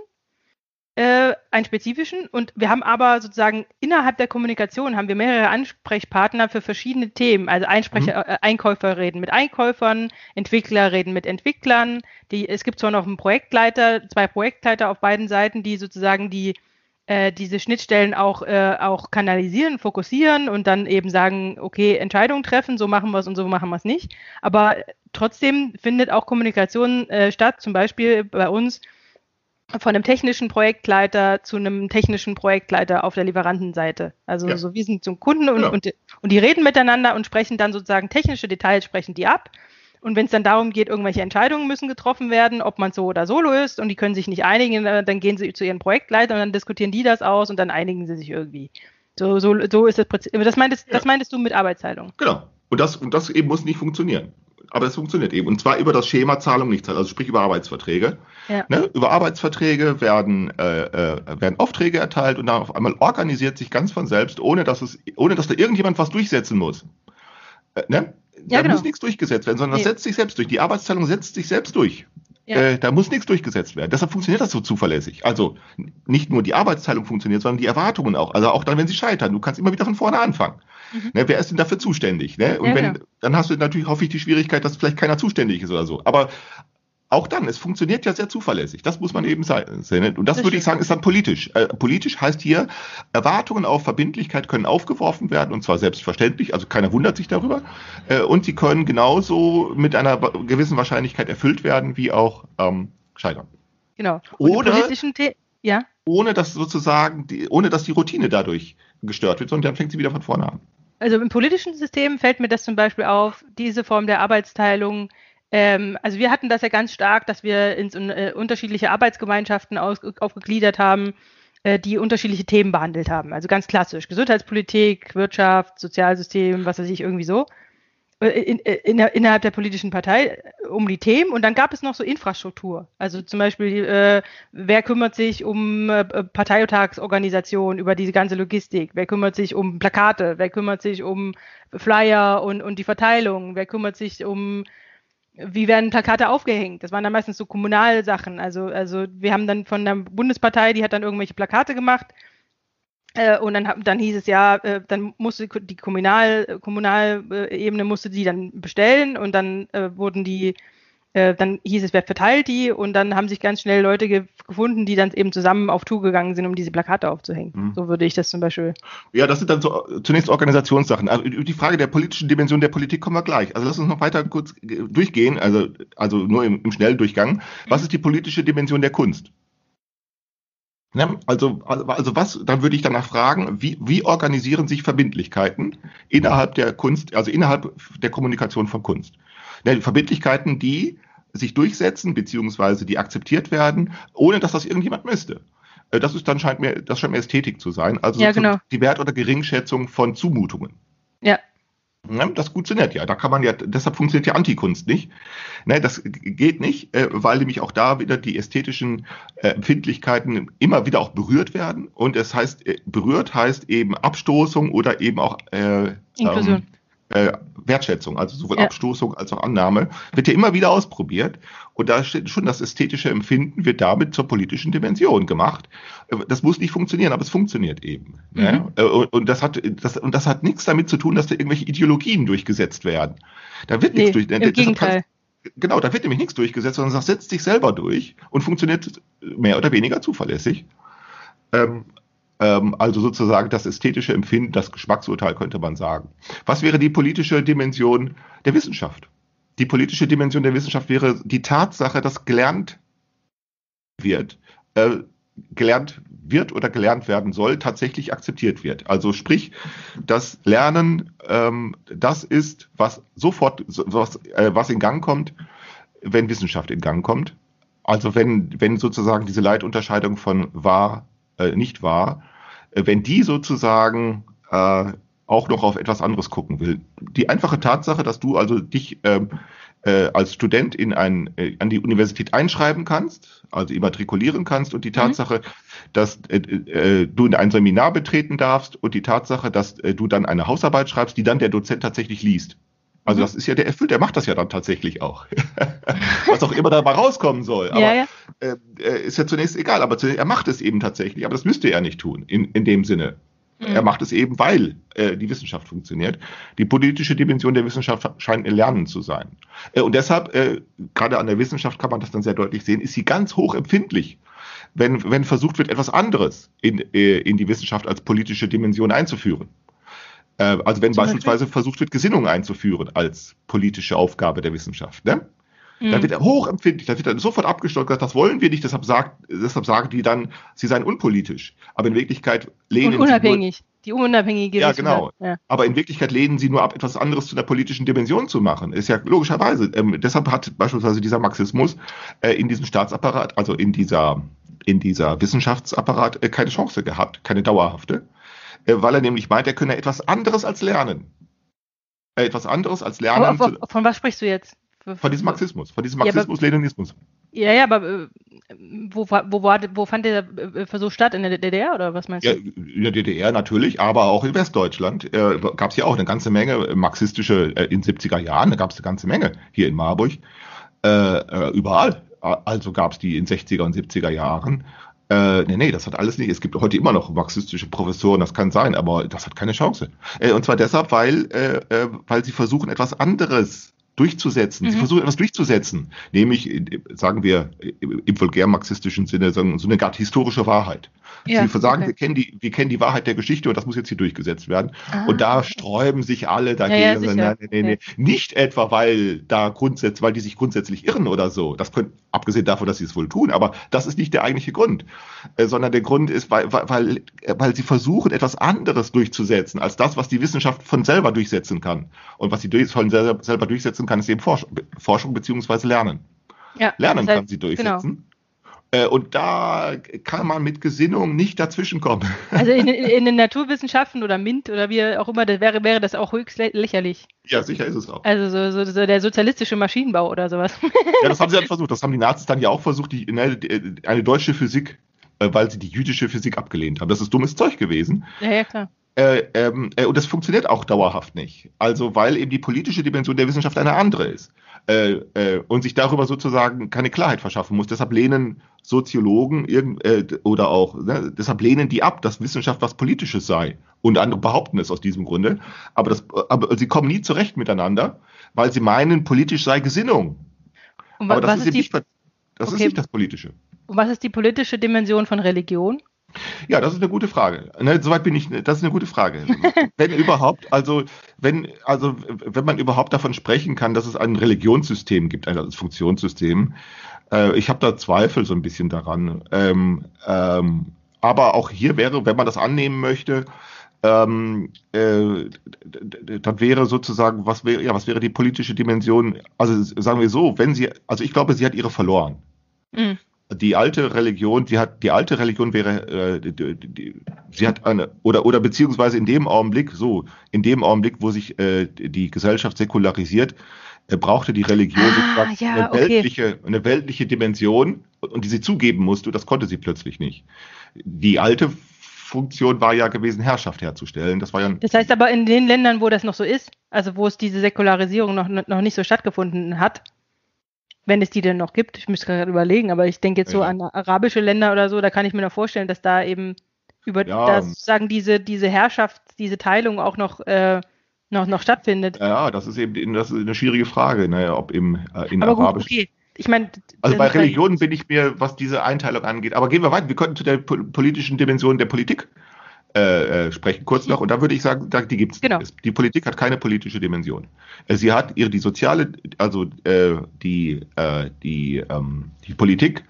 einen spezifischen, und wir haben aber sozusagen innerhalb der Kommunikation haben wir mehrere Ansprechpartner für verschiedene Themen. Also Einkäufer reden mit Einkäufern, Entwickler reden mit Entwicklern. Es gibt zwar noch einen Projektleiter, 2 Projektleiter auf beiden Seiten, die sozusagen diese Schnittstellen auch kanalisieren, fokussieren und dann eben sagen, okay, Entscheidungen treffen, so machen wir es und so machen wir es nicht. Aber trotzdem findet auch Kommunikation statt, zum Beispiel bei uns von einem technischen Projektleiter zu einem technischen Projektleiter auf der Lieferantenseite. Also so wir sind zum Kunden und die reden miteinander und sprechen dann sozusagen technische Details, sprechen die ab. Und wenn es dann darum geht, irgendwelche Entscheidungen müssen getroffen werden, ob man so oder so löst und die können sich nicht einigen, dann gehen sie zu ihren Projektleitern und dann diskutieren die das aus und dann einigen sie sich irgendwie. So ist das Prinzip. Das meintest du mit Arbeitsteilung? Genau. Und das eben muss nicht funktionieren. Aber es funktioniert eben. Und zwar über das Schema Zahlung, Nichtzahlung, also sprich über Arbeitsverträge. Ja. Ne? Über Arbeitsverträge werden Aufträge erteilt und dann auf einmal organisiert sich ganz von selbst, ohne dass da irgendjemand was durchsetzen muss. Ne? Da muss nichts durchgesetzt werden, sondern das setzt sich selbst durch. Die Arbeitsteilung setzt sich selbst durch. Ja. Da muss nichts durchgesetzt werden. Deshalb funktioniert das so zuverlässig. Also nicht nur die Arbeitsteilung funktioniert, sondern die Erwartungen auch. Also auch dann, wenn sie scheitern. Du kannst immer wieder von vorne anfangen. Ne, wer ist denn dafür zuständig? Ne? Und dann hast du natürlich häufig die Schwierigkeit, dass vielleicht keiner zuständig ist oder so. Aber auch dann, es funktioniert ja sehr zuverlässig. Das muss man eben sehen. Und das würde ich sagen, ist dann politisch. Politisch heißt hier, Erwartungen auf Verbindlichkeit können aufgeworfen werden, und zwar selbstverständlich, also keiner wundert sich darüber. Und sie können genauso mit einer gewissen Wahrscheinlichkeit erfüllt werden, wie auch scheitern. Genau. Ohne dass sozusagen, ohne dass die Routine dadurch gestört wird, sondern dann fängt sie wieder von vorne an. Also im politischen System fällt mir das zum Beispiel auf, diese Form der Arbeitsteilung. Also wir hatten das ja ganz stark, dass wir in unterschiedliche Arbeitsgemeinschaften aufgegliedert haben, die unterschiedliche Themen behandelt haben. Also ganz klassisch Gesundheitspolitik, Wirtschaft, Sozialsystem, was weiß ich, irgendwie so. Innerhalb der politischen Partei um die Themen, und dann gab es noch so Infrastruktur. Also zum Beispiel, wer kümmert sich um Parteitagsorganisation, über diese ganze Logistik? Wer kümmert sich um Plakate? Wer kümmert sich um Flyer und die Verteilung? Wer kümmert sich um, wie werden Plakate aufgehängt? Das waren dann meistens so Kommunalsachen. Also wir haben dann von der Bundespartei, die hat dann irgendwelche Plakate gemacht. Und dann hieß es dann musste die Kommunalebene musste die dann bestellen, und dann wurden die Dann hieß es, wer verteilt die? Und dann haben sich ganz schnell Leute gefunden, die dann eben zusammen auf Tour gegangen sind, um diese Plakate aufzuhängen. So würde ich das zum Beispiel. Ja, das sind dann so zunächst Organisationssachen. Also über die Frage der politischen Dimension der Politik kommen wir gleich. Also lass uns noch weiter kurz durchgehen, also nur im Schnelldurchgang. Was ist die politische Dimension der Kunst? Ja, also was, dann würde ich danach fragen, wie organisieren sich Verbindlichkeiten innerhalb der Kunst, also innerhalb der Kommunikation von Kunst? Ja, Verbindlichkeiten, die sich durchsetzen, beziehungsweise die akzeptiert werden, ohne dass das irgendjemand müsste. Das scheint mir Ästhetik zu sein, also ja, genau. Die Wert- oder Geringschätzung von Zumutungen. Ja. Ja, das funktioniert ja. Deshalb funktioniert ja Antikunst nicht. Ne, das geht nicht, weil nämlich auch da wieder die ästhetischen Empfindlichkeiten immer wieder auch berührt werden. Und es heißt, berührt heißt eben Abstoßung oder eben auch Inklusion. Wertschätzung, also sowohl Abstoßung als auch Annahme, wird ja immer wieder ausprobiert. Und da steht schon, das ästhetische Empfinden wird damit zur politischen Dimension gemacht. Das muss nicht funktionieren, aber es funktioniert eben. Ne? Und das hat nichts damit zu tun, dass da irgendwelche Ideologien durchgesetzt werden. Da wird nichts Im Gegenteil. Genau, da wird nämlich nichts durchgesetzt, sondern das setzt sich selber durch und funktioniert mehr oder weniger zuverlässig. Also sozusagen das ästhetische Empfinden, das Geschmacksurteil könnte man sagen. Was wäre die politische Dimension der Wissenschaft? Die politische Dimension der Wissenschaft wäre die Tatsache, dass gelernt wird oder gelernt werden soll, tatsächlich akzeptiert wird. Also sprich, das Lernen, das ist, was in Gang kommt, wenn Wissenschaft in Gang kommt. Also wenn sozusagen diese Leitunterscheidung von wahr, nicht wahr, wenn die sozusagen auch noch auf etwas anderes gucken will. Die einfache Tatsache, dass du also dich als Student an die Universität einschreiben kannst, also immatrikulieren kannst, und die Tatsache, dass du in ein Seminar betreten darfst, und die Tatsache, dass du dann eine Hausarbeit schreibst, die dann der Dozent tatsächlich liest. Also das ist ja der macht das ja dann tatsächlich auch. Was auch immer dabei rauskommen soll. Aber ist ja zunächst egal, aber er macht es eben tatsächlich. Aber das müsste er nicht tun, in dem Sinne. Er macht es eben, weil die Wissenschaft funktioniert. Die politische Dimension der Wissenschaft scheint Lernen zu sein. Und deshalb, gerade an der Wissenschaft kann man das dann sehr deutlich sehen, ist sie ganz hoch empfindlich, wenn versucht wird, etwas anderes in die Wissenschaft als politische Dimension einzuführen. Also wenn beispielsweise versucht wird, Gesinnung einzuführen als politische Aufgabe der Wissenschaft, ne? Da wird er hochempfindlich, da wird dann sofort abgestockt, das wollen wir nicht, deshalb sagen die dann, sie seien unpolitisch. Aber in Wirklichkeit lehnen und unabhängig. Die unabhängige Wissenschaft. Ja, genau. Ja. Aber in Wirklichkeit lehnen sie nur ab, etwas anderes zu einer politischen Dimension zu machen. Ist ja logischerweise. Deshalb hat beispielsweise dieser Marxismus in diesem Staatsapparat, also in dieser Wissenschaftsapparat, keine Chance gehabt, keine dauerhafte. Weil er nämlich meint, er könne etwas anderes als lernen. Etwas anderes als lernen. Aber von was sprichst du jetzt? Von diesem Marxismus, Leninismus. Ja, aber wo fand der Versuch statt? In der DDR oder was meinst du? Ja, in der DDR natürlich, aber auch in Westdeutschland gab es ja auch eine ganze Menge marxistische in 70er Jahren, da gab es eine ganze Menge hier in Marburg, überall. Also gab es die in 60er und 70er Jahren. Nee, das hat alles nicht. Es gibt heute immer noch marxistische Professoren, das kann sein, aber das hat keine Chance. Und zwar deshalb, weil sie versuchen, etwas anderes durchzusetzen. Sie versuchen etwas durchzusetzen, nämlich, sagen wir im vulgär-marxistischen Sinne, so eine Art historische Wahrheit. Ja, sie sagen, okay. wir kennen die Wahrheit der Geschichte und das muss jetzt hier durchgesetzt werden. Und da sträuben sich alle dagegen. Ja, nee. Nicht etwa, weil die sich grundsätzlich irren oder so. Das könnte, abgesehen davon, dass sie es wohl tun, aber das ist nicht der eigentliche Grund. Sondern der Grund ist, weil sie versuchen, etwas anderes durchzusetzen, als das, was die Wissenschaft von selber durchsetzen kann. Und was sie von selber durchsetzen kann, ist eben Forschung bzw. Lernen. Ja, Lernen kann sie durchsetzen. Genau. Und da kann man mit Gesinnung nicht dazwischenkommen. Also in den Naturwissenschaften oder MINT oder wie auch immer, das wäre das auch höchst lächerlich. Ja, sicher ist es auch. Also so der sozialistische Maschinenbau oder sowas. Ja, das haben sie dann versucht. Das haben die Nazis dann ja auch versucht, eine deutsche Physik, weil sie die jüdische Physik abgelehnt haben. Das ist dummes Zeug gewesen. Ja, klar. Und das funktioniert auch dauerhaft nicht. Also weil eben die politische Dimension der Wissenschaft eine andere ist. Und sich darüber sozusagen keine Klarheit verschaffen muss. Deshalb lehnen Soziologen deshalb lehnen die ab, dass Wissenschaft was Politisches sei. Und andere behaupten es aus diesem Grunde. Aber sie kommen nie zurecht miteinander, weil sie meinen, politisch sei Gesinnung. Und Aber das was ist ist eben die, nicht, das ist okay, nicht das Politische. und was ist die politische Dimension von Religion? Ja, das ist eine gute Frage. Ne, soweit bin ich, das ist eine gute Frage. Wenn überhaupt, wenn man überhaupt davon sprechen kann, dass es ein Religionssystem gibt, ein Funktionssystem, ich habe da Zweifel so ein bisschen daran. Aber auch hier wäre, wenn man das annehmen möchte, dann wäre sozusagen, was wäre die politische Dimension? Also sagen wir so, also ich glaube, sie hat ihre verloren. Mhm. Die alte Religion wäre, sie hat oder beziehungsweise in dem Augenblick, wo sich die Gesellschaft säkularisiert, brauchte die Religion sozusagen Ja, okay. eine weltliche Dimension und die sie zugeben musste, das konnte sie plötzlich nicht. Die alte Funktion war ja gewesen, Herrschaft herzustellen. Das war ja Das heißt aber in den Ländern, wo das noch so ist, also wo es diese Säkularisierung noch nicht so stattgefunden hat, wenn es die denn noch gibt, ich müsste gerade überlegen, aber ich denke jetzt so an arabische Länder oder so, da kann ich mir noch vorstellen, dass da eben da sozusagen diese Herrschaft, diese Teilung auch noch stattfindet. Ja, das ist eine schwierige Frage, ne, ob in Aber gut, arabisch. okay. Ich meine, Also bei Religionen bin ich mir, was diese Einteilung angeht. Aber gehen wir weiter. Wir könnten zu der politischen Dimension der Politik sprechen, kurz noch. Und da würde ich sagen, die gibt es. Genau. Die Politik hat keine politische Dimension. Sie hat die soziale, also die Politik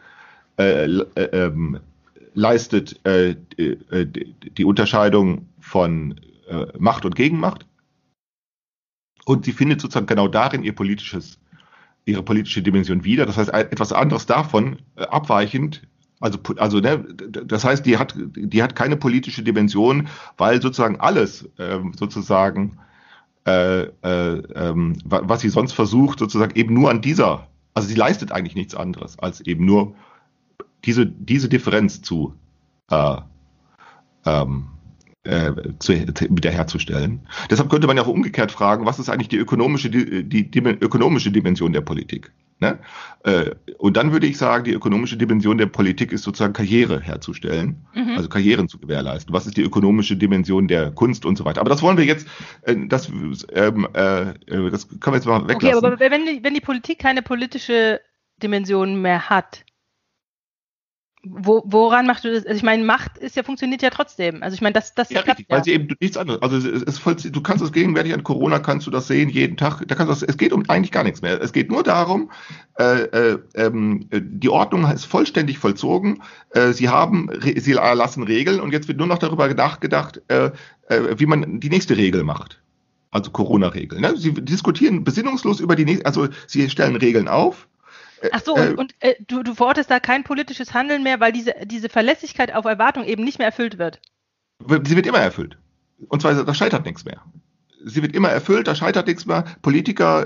leistet die Unterscheidung von Macht und Gegenmacht. Und sie findet sozusagen genau darin ihre politische Dimension wieder. Das heißt, etwas anderes davon abweichend. Ne, das heißt, die hat keine politische Dimension, weil sozusagen alles was sie sonst versucht, sozusagen eben nur also sie leistet eigentlich nichts anderes, als eben nur diese Differenz wiederherzustellen. Deshalb könnte man ja auch umgekehrt fragen, was ist eigentlich die ökonomische Dimension der Politik? Ne? Und dann würde ich sagen, die ökonomische Dimension der Politik ist sozusagen Karriere herzustellen, also Karrieren zu gewährleisten. Was ist die ökonomische Dimension der Kunst und so weiter? Aber das wollen wir jetzt, das können wir jetzt mal weglassen. Okay, aber wenn die Politik keine politische Dimension mehr hat, woran machst du das? Also ich meine, Macht funktioniert ja trotzdem. Also ich meine, das ja, richtig, weil sie eben nichts anderes. Also du kannst es gegenwärtig an Corona, kannst du das sehen, jeden Tag. Es geht um eigentlich gar nichts mehr. Es geht nur darum, die Ordnung ist vollständig vollzogen. Sie erlassen Regeln und jetzt wird nur noch darüber nachgedacht, wie man die nächste Regel macht. Also Corona-Regeln. Ne? Sie diskutieren besinnungslos über die nächste, also sie stellen Regeln auf. Ach so, du verortest da kein politisches Handeln mehr, weil diese Verlässlichkeit auf Erwartung eben nicht mehr erfüllt wird. Sie wird immer erfüllt. Und zwar, da scheitert nichts mehr. Sie wird immer erfüllt, da scheitert nichts mehr. Politiker,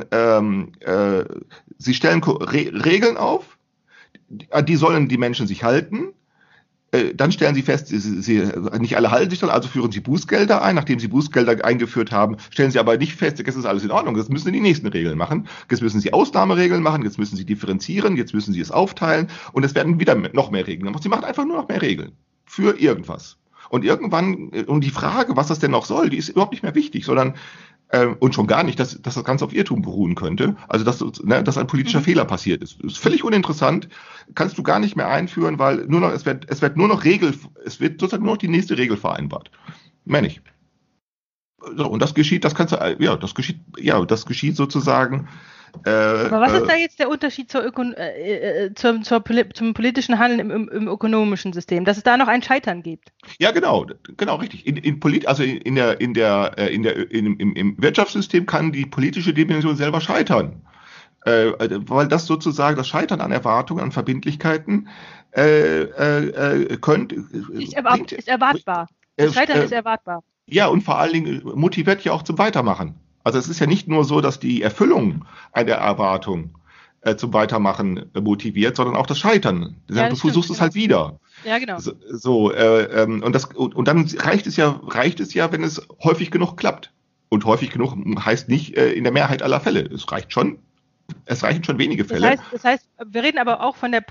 sie stellen Regeln auf, die sollen die Menschen sich halten. Dann stellen sie fest, nicht alle halten sich dann, also führen sie Bußgelder ein. Nachdem sie Bußgelder eingeführt haben, stellen sie aber nicht fest, jetzt ist alles in Ordnung, jetzt müssen sie die nächsten Regeln machen. Jetzt müssen sie Ausnahmeregeln machen, jetzt müssen sie differenzieren, jetzt müssen sie es aufteilen und es werden wieder noch mehr Regeln gemacht. Sie machen einfach nur noch mehr Regeln für irgendwas. Und irgendwann, und die Frage, was das denn noch soll, die ist überhaupt nicht mehr wichtig, sondern und schon gar nicht, dass das Ganze auf Irrtum beruhen könnte. Also dass ein politischer Fehler passiert ist. Das ist völlig uninteressant, kannst du gar nicht mehr einführen, weil es wird sozusagen nur noch die nächste Regel vereinbart. Mehr nicht. So, und das geschieht sozusagen. Aber was ist da jetzt der Unterschied zum politischen Handeln im ökonomischen System, dass es da noch ein Scheitern gibt? Ja, genau, richtig. Im Wirtschaftssystem kann die politische Dimension selber scheitern, weil das sozusagen das Scheitern an Erwartungen, an Verbindlichkeiten Ist erwartbar. Das Scheitern ist erwartbar. Ja, und vor allen Dingen motiviert ja auch zum Weitermachen. Also es ist ja nicht nur so, dass die Erfüllung einer Erwartung zum Weitermachen motiviert, sondern auch das Scheitern. Ja, du versuchst es halt wieder. Ja, genau. Und dann reicht es ja, wenn es häufig genug klappt. Und häufig genug heißt nicht in der Mehrheit aller Fälle. Es reichen schon wenige Fälle. Das heißt, wir reden aber auch von der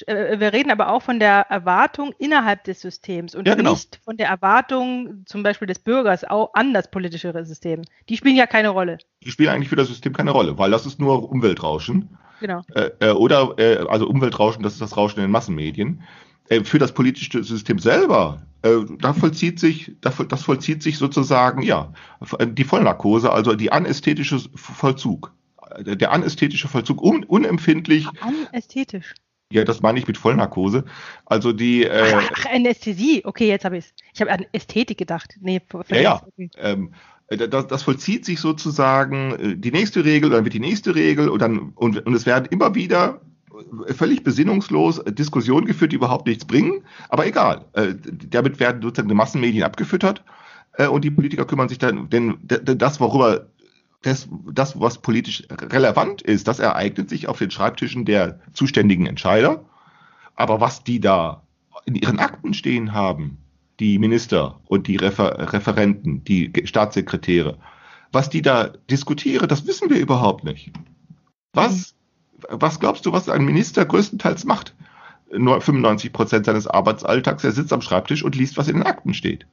Erwartung innerhalb des Systems und nicht von der Erwartung zum Beispiel des Bürgers auch an das politische System. Die spielen ja keine Rolle. Die spielen eigentlich für das System keine Rolle, weil das ist nur Umweltrauschen. Genau. Oder also Umweltrauschen, das ist das Rauschen in den Massenmedien. Für das politische System selber, das vollzieht sich sozusagen, ja, die Vollnarkose, also die anästhetische Vollzug. Der anästhetische Vollzug, unempfindlich. Anästhetisch. Ja, das meine ich mit Vollnarkose. Also die. Ach, Anästhesie. Okay, jetzt habe ich es. Ich habe an Ästhetik gedacht. Nee, ja. Das vollzieht sich sozusagen die nächste Regel, dann wird die nächste Regel und es werden immer wieder völlig besinnungslos Diskussionen geführt, die überhaupt nichts bringen, aber egal. Damit werden sozusagen die Massenmedien abgefüttert und die Politiker kümmern sich dann, denn das, was politisch relevant ist, das ereignet sich auf den Schreibtischen der zuständigen Entscheider. Aber was die da in ihren Akten stehen haben, die Minister und die Referenten, die Staatssekretäre, was die da diskutieren, das wissen wir überhaupt nicht. Was glaubst du, was ein Minister größtenteils macht? Nur 95% seines Arbeitsalltags, er sitzt am Schreibtisch und liest, was in den Akten steht.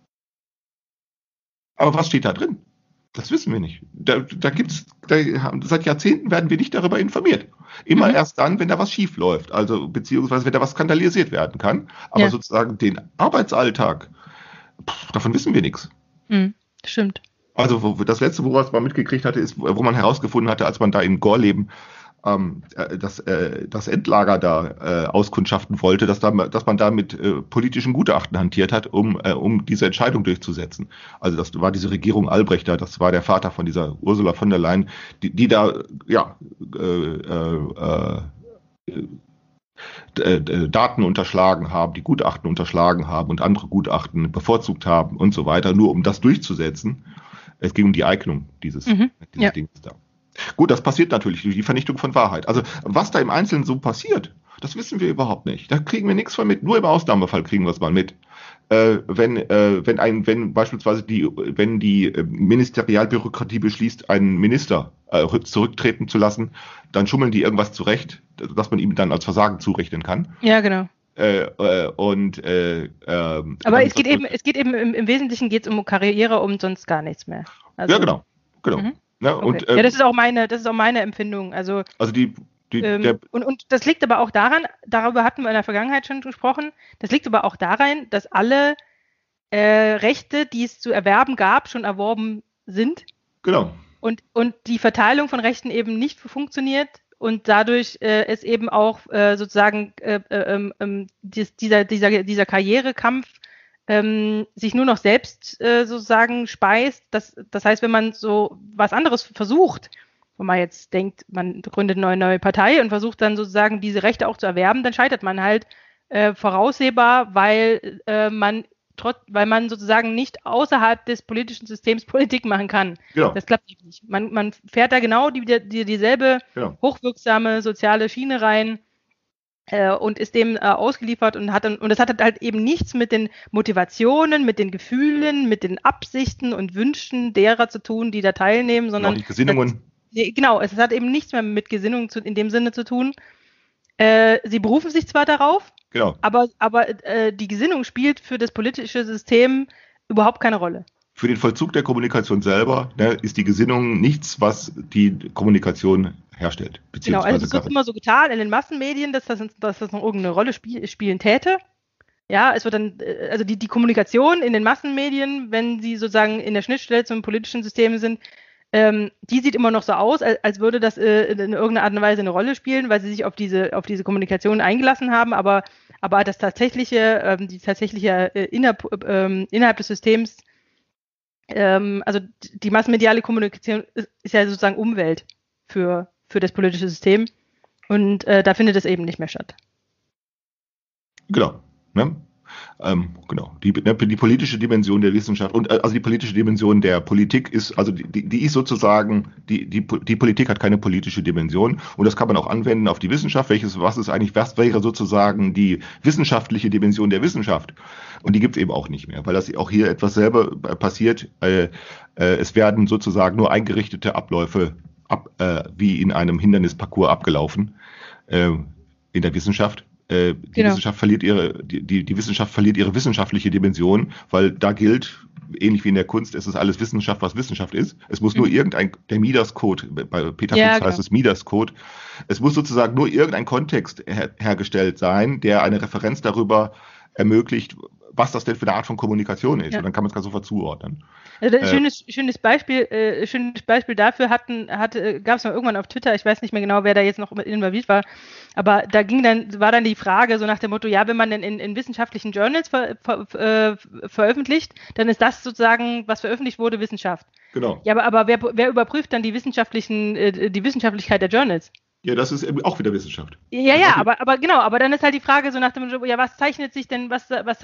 Aber was steht da drin? Das wissen wir nicht. Seit Jahrzehnten werden wir nicht darüber informiert. Immer erst dann, wenn da was schief läuft, also beziehungsweise wenn da was skandalisiert werden kann. Aber sozusagen den Arbeitsalltag, davon wissen wir nichts. Stimmt. Also das Letzte, wo man es mal mitgekriegt hatte, ist, wo man herausgefunden hatte, als man da in Gorleben das Endlager da auskundschaften wollte, dass man da mit politischen Gutachten hantiert hat, um diese Entscheidung durchzusetzen. Also das war diese Regierung Albrecht da, das war der Vater von dieser Ursula von der Leyen, die da Daten unterschlagen haben, die Gutachten unterschlagen haben und andere Gutachten bevorzugt haben und so weiter, nur um das durchzusetzen. Es ging um die Eignung dieses Dings da. Gut, das passiert natürlich durch die Vernichtung von Wahrheit. Also was da im Einzelnen so passiert, das wissen wir überhaupt nicht. Da kriegen wir nichts von mit. Nur im Ausnahmefall kriegen wir es mal mit. Wenn beispielsweise die Ministerialbürokratie beschließt, einen Minister zurücktreten zu lassen, dann schummeln die irgendwas zurecht, dass man ihm dann als Versagen zurechnen kann. Ja, genau. Aber es geht eben im Wesentlichen geht's um Karriere, um sonst gar nichts mehr. Also, ja, genau. Ja, okay. und, das ist auch meine Empfindung. Also und das liegt aber auch daran, darüber hatten wir in der Vergangenheit schon gesprochen, das liegt aber auch daran, dass alle Rechte, die es zu erwerben gab, schon erworben sind. Genau. Und die Verteilung von Rechten eben nicht funktioniert und dadurch es eben auch sozusagen dieser Karrierekampf sich nur noch selbst sozusagen speist. Das heißt, wenn man so was anderes versucht, wenn man jetzt denkt, man gründet eine neue Partei und versucht dann sozusagen diese Rechte auch zu erwerben, dann scheitert man halt voraussehbar, weil man sozusagen nicht außerhalb des politischen Systems Politik machen kann. Genau. Das klappt nicht. Man fährt da genau dieselbe hochwirksame soziale Schiene rein und ist dem ausgeliefert und das hat halt eben nichts mit den Motivationen, mit den Gefühlen, mit den Absichten und Wünschen derer zu tun, die da teilnehmen, sondern die Gesinnungen. Es hat eben nichts mehr mit Gesinnung in dem Sinne zu tun. Sie berufen sich zwar darauf, genau, aber die Gesinnung spielt für das politische System überhaupt keine Rolle. Für den Vollzug der Kommunikation selber ist die Gesinnung nichts, was die Kommunikation herstellt. Genau, also es wird immer so getan in den Massenmedien, dass das noch irgendeine Rolle spielen täte. Ja, es wird dann, also die Kommunikation in den Massenmedien, wenn sie sozusagen in der Schnittstelle zum politischen System sind, die sieht immer noch so aus, als würde das in irgendeiner Art und Weise eine Rolle spielen, weil sie sich auf diese Kommunikation eingelassen haben, aber das tatsächliche, innerhalb des Systems, also die massenmediale Kommunikation ist ja sozusagen Umwelt für das politische System und da findet es eben nicht mehr statt. Genau. Ne? Genau. Die politische Dimension der Wissenschaft und also die politische Dimension der Politik ist, also die ist sozusagen, die Politik hat keine politische Dimension und das kann man auch anwenden auf die Wissenschaft. Was wäre sozusagen die wissenschaftliche Dimension der Wissenschaft? Und die gibt es eben auch nicht mehr, weil das auch hier etwas selber passiert. Es werden sozusagen nur eingerichtete Abläufe wie in einem Hindernisparcours abgelaufen in der Wissenschaft. Genau. Wissenschaft die Wissenschaft verliert ihre wissenschaftliche Dimension, weil da gilt, ähnlich wie in der Kunst, es ist alles Wissenschaft, was Wissenschaft ist. Es muss nur der Midas-Code, bei Peter Fuchs heißt es Midas-Code, es muss sozusagen nur irgendein Kontext hergestellt sein, der eine Referenz darüber ermöglicht, was das denn für eine Art von Kommunikation ist. Ja. Und dann kann man es ganz sofort zuordnen. Also schönes Beispiel dafür gab es mal irgendwann auf Twitter, ich weiß nicht mehr genau, wer da jetzt noch involviert war, aber da war dann die Frage so nach dem Motto, ja, wenn man denn in wissenschaftlichen Journals veröffentlicht, dann ist das sozusagen, was veröffentlicht wurde, Wissenschaft. Genau. Ja, aber wer überprüft dann die Wissenschaftlichkeit der Journals? Ja, das ist eben auch wieder Wissenschaft. Ja, aber genau, aber dann ist halt die Frage so nach dem Motto, ja, was zeichnet sich denn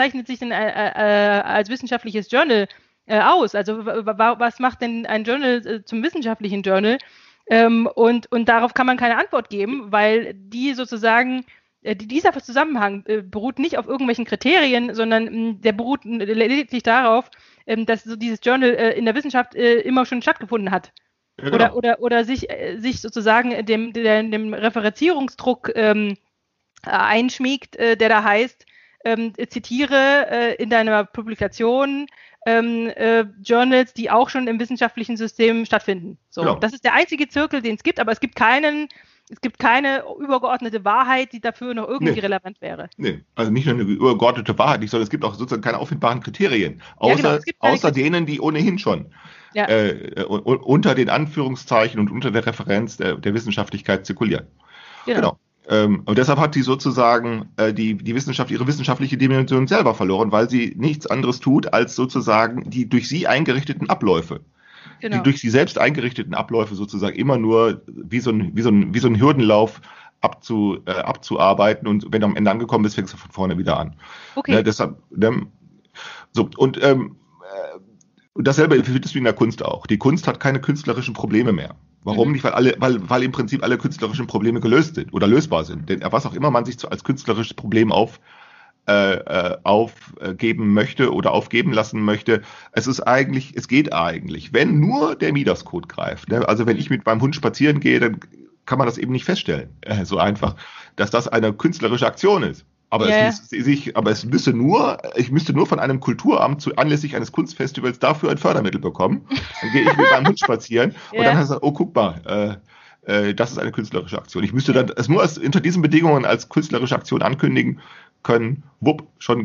als wissenschaftliches Journal aus? Also was macht denn ein Journal zum wissenschaftlichen Journal? Und darauf kann man keine Antwort geben, weil die sozusagen, dieser Zusammenhang beruht nicht auf irgendwelchen Kriterien, sondern der beruht lediglich darauf, dass so dieses Journal in der Wissenschaft immer schon stattgefunden hat. Ja, genau. Oder sich sozusagen dem Referenzierungsdruck einschmiegt, der da heißt, zitiere in deiner Publikation Journals, die auch schon im wissenschaftlichen System stattfinden. So, Genau. Das ist der einzige Zirkel, den es gibt, aber es gibt keine übergeordnete Wahrheit, die dafür noch irgendwie relevant wäre. Nee, also nicht nur eine übergeordnete Wahrheit, sondern es gibt auch sozusagen keine auffindbaren Kriterien, außer denen, die ohnehin schon unter den Anführungszeichen und unter der Referenz der Wissenschaftlichkeit zirkulieren. Genau. Und deshalb hat die sozusagen die Wissenschaft ihre wissenschaftliche Dimension selber verloren, weil sie nichts anderes tut, als sozusagen die durch sie eingerichteten Abläufe. Genau. Die durch sie selbst eingerichteten Abläufe sozusagen immer nur wie so ein Hürdenlauf abzuarbeiten, und wenn du am Ende angekommen bist, fängst du von vorne wieder an. Okay. Deshalb, dasselbe findest du in der Kunst auch. Die Kunst hat keine künstlerischen Probleme mehr. Warum nicht? Weil im Prinzip alle künstlerischen Probleme gelöst sind oder lösbar sind. Denn was auch immer man sich als künstlerisches Problem aufgeben möchte oder aufgeben lassen möchte, es geht eigentlich, wenn nur der Midas-Code greift. Ne? Also wenn ich mit meinem Hund spazieren gehe, dann kann man das eben nicht feststellen. So einfach, dass das eine künstlerische Aktion ist. Aber ich müsste nur von einem Kulturamt anlässlich eines Kunstfestivals dafür ein Fördermittel bekommen. Dann gehe ich mit meinem Hund spazieren und dann heißt es, oh, guck mal, das ist eine künstlerische Aktion. Ich müsste dann es nur unter diesen Bedingungen als künstlerische Aktion ankündigen können. Schon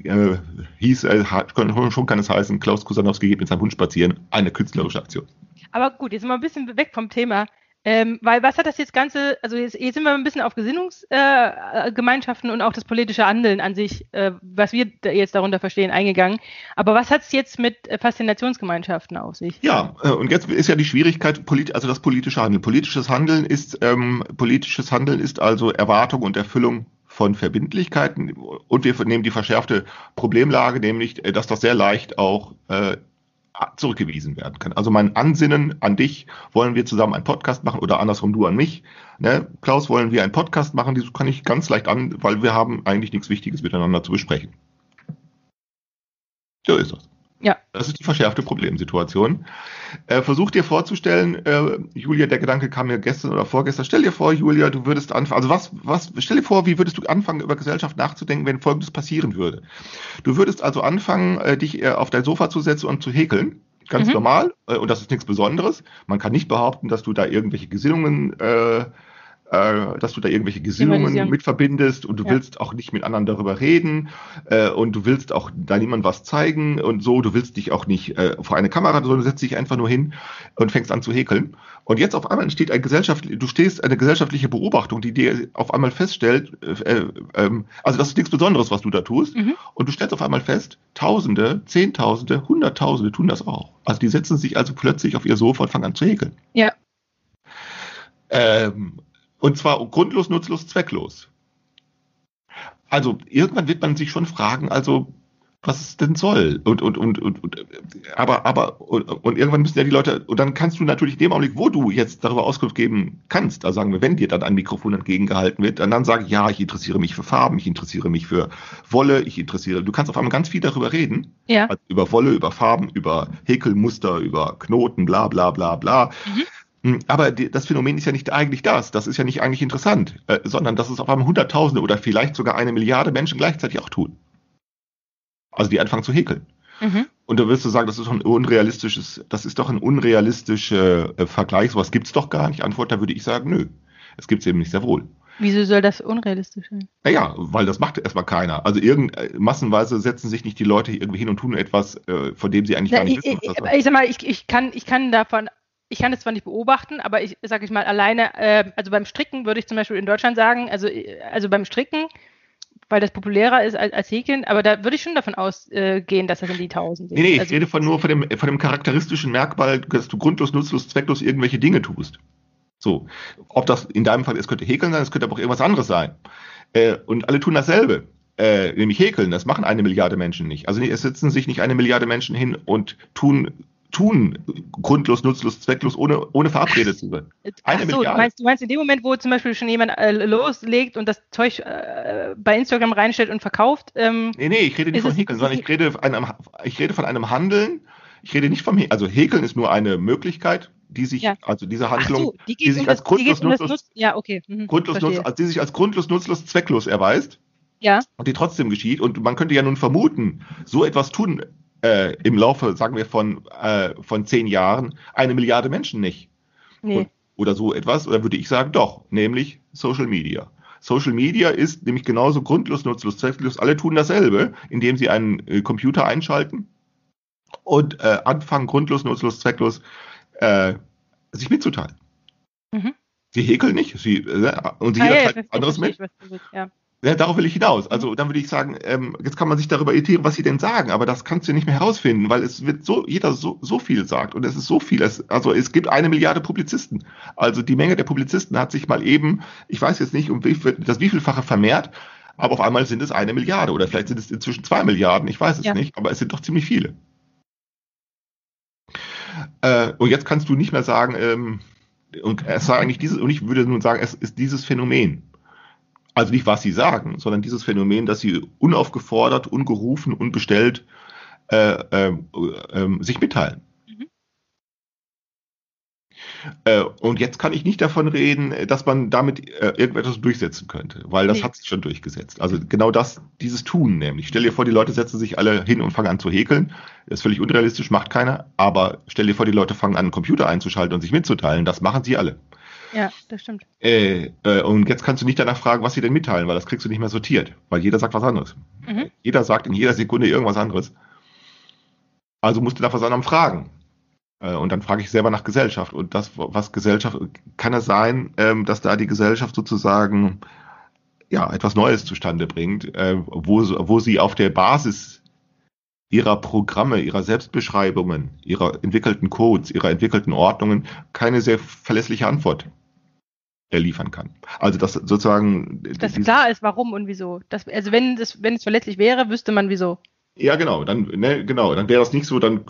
kann es heißen, Klaus Kusanowski geht mit seinem Hund spazieren, eine künstlerische Aktion. Aber gut, jetzt sind wir ein bisschen weg vom Thema. Weil was hat das jetzt Ganze, also jetzt sind wir ein bisschen auf Gesinnungsgemeinschaften und auch das politische Handeln an sich, was wir jetzt darunter verstehen, eingegangen. Aber was hat es jetzt mit Faszinationsgemeinschaften auf sich? Ja, und jetzt ist ja die Schwierigkeit, also das politische Handeln. Politisches Handeln ist also Erwartung und Erfüllung von Verbindlichkeiten, und wir nehmen die verschärfte Problemlage, nämlich, dass das sehr leicht auch zurückgewiesen werden kann. Also mein Ansinnen an dich, wollen wir zusammen einen Podcast machen, oder andersrum du an mich. Ne? Klaus, wollen wir einen Podcast machen? Das kann ich ganz leicht weil wir haben eigentlich nichts Wichtiges miteinander zu besprechen. So ist das. Ja. Das ist die verschärfte Problemsituation. Versuch dir vorzustellen, Julia, der Gedanke kam mir gestern oder vorgestern. Stell dir vor, Julia, du würdest anfangen, stell dir vor, wie würdest du anfangen, über Gesellschaft nachzudenken, wenn Folgendes passieren würde? Du würdest also anfangen, dich auf dein Sofa zu setzen und zu häkeln. Ganz normal. Und das ist nichts Besonderes. Man kann nicht behaupten, dass du da irgendwelche Gesinnungen mit verbindest, und du willst auch nicht mit anderen darüber reden, und du willst auch da niemandem was zeigen und so, du willst dich auch nicht vor eine Kamera, sondern du setzt dich einfach nur hin und fängst an zu häkeln. Und jetzt auf einmal entsteht eine gesellschaftliche Beobachtung, die dir auf einmal feststellt, also das ist nichts Besonderes, was du da tust, und du stellst auf einmal fest, Tausende, Zehntausende, Hunderttausende tun das auch. Also die setzen sich also plötzlich auf ihr Sofa und fangen an zu häkeln. Ja. Und zwar grundlos, nutzlos, zwecklos. Also irgendwann wird man sich schon fragen, also was es denn soll. Und irgendwann müssen ja die Leute, und dann kannst du natürlich in dem Augenblick, wo du jetzt darüber Auskunft geben kannst, also sagen wir, wenn dir dann ein Mikrofon entgegengehalten wird, dann sage ich, ja, ich interessiere mich für Farben, ich interessiere mich für Wolle, du kannst auf einmal ganz viel darüber reden. Ja. Also über Wolle, über Farben, über Häkelmuster, über Knoten, bla bla bla bla. Aber das Phänomen ist ja nicht eigentlich das. Das ist ja nicht eigentlich interessant, sondern dass es auf einmal Hunderttausende oder vielleicht sogar 1 Milliarde Menschen gleichzeitig auch tun. Also die anfangen zu häkeln. Mhm. Und da wirst du sagen, das ist doch ein unrealistischer Vergleich. Sowas gibt's doch gar nicht. Antwort, da würde ich sagen, nö. Es gibt's eben nicht sehr wohl. Wieso soll das unrealistisch sein? Naja, weil das macht erstmal keiner. Also massenweise setzen sich nicht die Leute irgendwie hin und tun etwas, von dem sie eigentlich gar nicht wissen, was das ist. Ich sag mal, ich kann das zwar nicht beobachten, aber ich sage ich mal alleine, also beim Stricken würde ich zum Beispiel in Deutschland sagen, also beim Stricken, weil das populärer ist als Häkeln, aber da würde ich schon davon ausgehen, dass das in die Tausend sind. Nee, ich also, rede nur von dem charakteristischen Merkmal, dass du grundlos, nutzlos, zwecklos irgendwelche Dinge tust. So, ob das in deinem Fall, es könnte Häkeln sein, es könnte aber auch irgendwas anderes sein. Und alle tun dasselbe, nämlich Häkeln. Das machen 1 Milliarde Menschen nicht. Also es setzen sich nicht 1 Milliarde Menschen hin und tun grundlos, nutzlos, zwecklos, ohne verabredet zu sein. Du meinst in dem Moment, wo zum Beispiel schon jemand loslegt und das Zeug bei Instagram reinstellt und verkauft? Nee, ich rede nicht von Häkeln, sondern ich rede von einem Handeln. Ich rede nicht vom Häkeln. Also Häkeln ist nur eine Möglichkeit, die sich, also diese Handlung, die sich als grundlos, nutzlos, die sich als grundlos, nutzlos, zwecklos erweist. Ja. Und die trotzdem geschieht. Und man könnte ja nun vermuten, so etwas tun im Laufe, sagen wir, von 10 Jahren 1 Milliarde Menschen nicht. Nee. Oder so etwas, oder würde ich sagen, doch, nämlich Social Media. Social Media ist nämlich genauso grundlos, nutzlos, zwecklos. Alle tun dasselbe, indem sie einen Computer einschalten und anfangen, grundlos, nutzlos, zwecklos sich mitzuteilen. Mhm. Sie häkeln nicht, und sie hat halt anderes mit. Ja, darauf will ich hinaus. Also dann würde ich sagen, jetzt kann man sich darüber irritieren, was sie denn sagen, aber das kannst du nicht mehr herausfinden, weil es wird jeder so viel sagt und es ist so viel. Es gibt 1 Milliarde Publizisten. Also die Menge der Publizisten hat sich mal eben, ich weiß jetzt nicht, das wievielfache vermehrt, aber auf einmal sind es 1 Milliarde oder vielleicht sind es inzwischen 2 Milliarden, ich weiß es nicht, aber es sind doch ziemlich viele. Und jetzt kannst du nicht mehr sagen, und es sei eigentlich und ich würde nun sagen, es ist dieses Phänomen. Also nicht, was sie sagen, sondern dieses Phänomen, dass sie unaufgefordert, ungerufen, unbestellt sich mitteilen. Und jetzt kann ich nicht davon reden, dass man damit irgendetwas durchsetzen könnte, weil das hat sich schon durchgesetzt. Also genau dieses Tun nämlich. Stell dir vor, die Leute setzen sich alle hin und fangen an zu häkeln. Das ist völlig unrealistisch, macht keiner. Aber stell dir vor, die Leute fangen an, einen Computer einzuschalten und sich mitzuteilen. Das machen sie alle. Ja, das stimmt. Und jetzt kannst du nicht danach fragen, was sie denn mitteilen, weil das kriegst du nicht mehr sortiert, weil jeder sagt was anderes. Jeder sagt in jeder Sekunde irgendwas anderes. Also musst du nach was anderem fragen. Und dann frage ich selber nach Gesellschaft. Und kann es sein, dass da die Gesellschaft sozusagen etwas Neues zustande bringt, wo sie auf der Basis ihrer Programme, ihrer Selbstbeschreibungen, ihrer entwickelten Codes, ihrer entwickelten Ordnungen keine sehr verlässliche Antwort liefern kann. Also dass sozusagen dass klar ist, warum und wieso. Also wenn es verletzlich wäre, wüsste man wieso. Ja, genau. Dann wäre das nicht so, dann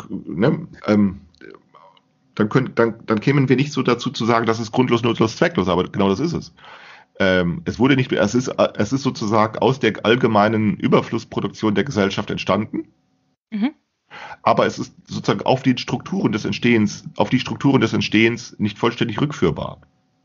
kämen wir nicht so dazu zu sagen, das ist grundlos, nutzlos, zwecklos, aber genau das ist es. Es ist sozusagen aus der allgemeinen Überflussproduktion der Gesellschaft entstanden. Aber es ist sozusagen auf die Strukturen des Entstehens nicht vollständig rückführbar.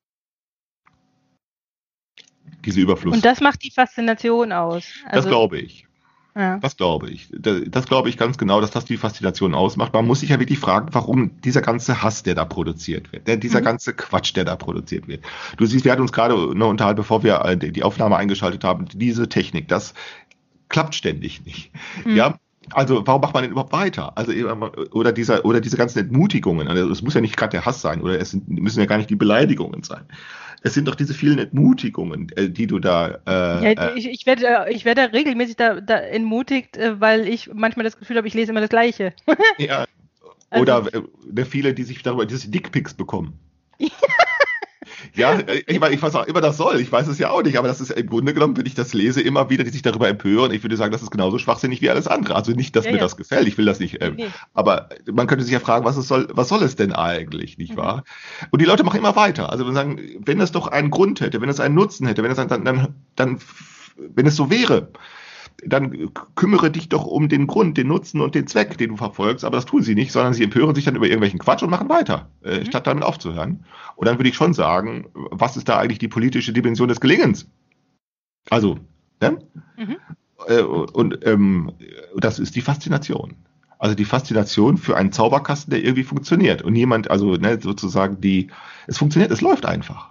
Diese Überfluss. Und das macht die Faszination aus. Das glaube ich. Ja. Das glaube ich. Das glaube ich ganz genau, dass das die Faszination ausmacht. Man muss sich ja wirklich fragen, warum dieser ganze Hass, der da produziert wird, dieser ganze Quatsch, der da produziert wird. Du siehst, wir hatten uns gerade noch unterhalten, bevor wir die Aufnahme eingeschaltet haben, diese Technik, das klappt ständig nicht. Ja. Also warum macht man denn überhaupt weiter? Also oder diese ganzen Entmutigungen. Also es muss ja nicht gerade der Hass sein oder müssen ja gar nicht die Beleidigungen sein. Es sind doch diese vielen Entmutigungen, die du da. Ich werde regelmäßig da entmutigt, weil ich manchmal das Gefühl habe, ich lese immer das Gleiche. Ja. Oder viele, die sich darüber diese Dickpics bekommen. Ja, ich meine, was auch immer das soll, ich weiß es ja auch nicht, aber das ist ja im Grunde genommen, wenn ich das lese, immer wieder, die sich darüber empören. Ich würde sagen, das ist genauso schwachsinnig wie alles andere. Also nicht, dass mir das gefällt, ich will das nicht. Aber man könnte sich ja fragen, was soll es denn eigentlich, nicht wahr? Und die Leute machen immer weiter. Also wir sagen, wenn es doch einen Grund hätte, wenn es einen Nutzen hätte, wenn es so wäre, dann kümmere dich doch um den Grund, den Nutzen und den Zweck, den du verfolgst. Aber das tun sie nicht, sondern sie empören sich dann über irgendwelchen Quatsch und machen weiter, statt damit aufzuhören. Und dann würde ich schon sagen, was ist da eigentlich die politische Dimension des Gelingens? Also, ne? Und das ist die Faszination. Also die Faszination für einen Zauberkasten, der irgendwie funktioniert. Und niemand, also ne, sozusagen es funktioniert, es läuft einfach.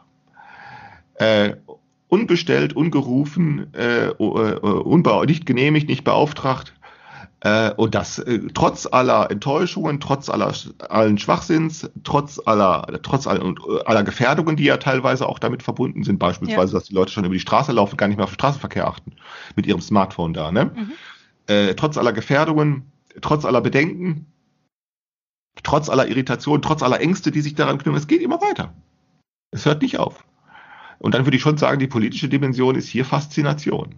Unbestellt, ungerufen, nicht genehmigt, nicht beauftragt. Und das trotz aller Enttäuschungen, trotz allen Schwachsinns, trotz aller Gefährdungen, die ja teilweise auch damit verbunden sind. Beispielsweise, dass die Leute schon über die Straße laufen, gar nicht mehr auf den Straßenverkehr achten. Mit ihrem Smartphone da. Ne? Trotz aller Gefährdungen, trotz aller Bedenken, trotz aller Irritation, trotz aller Ängste, die sich daran knüpfen, es geht immer weiter. Es hört nicht auf. Und dann würde ich schon sagen, die politische Dimension ist hier Faszination.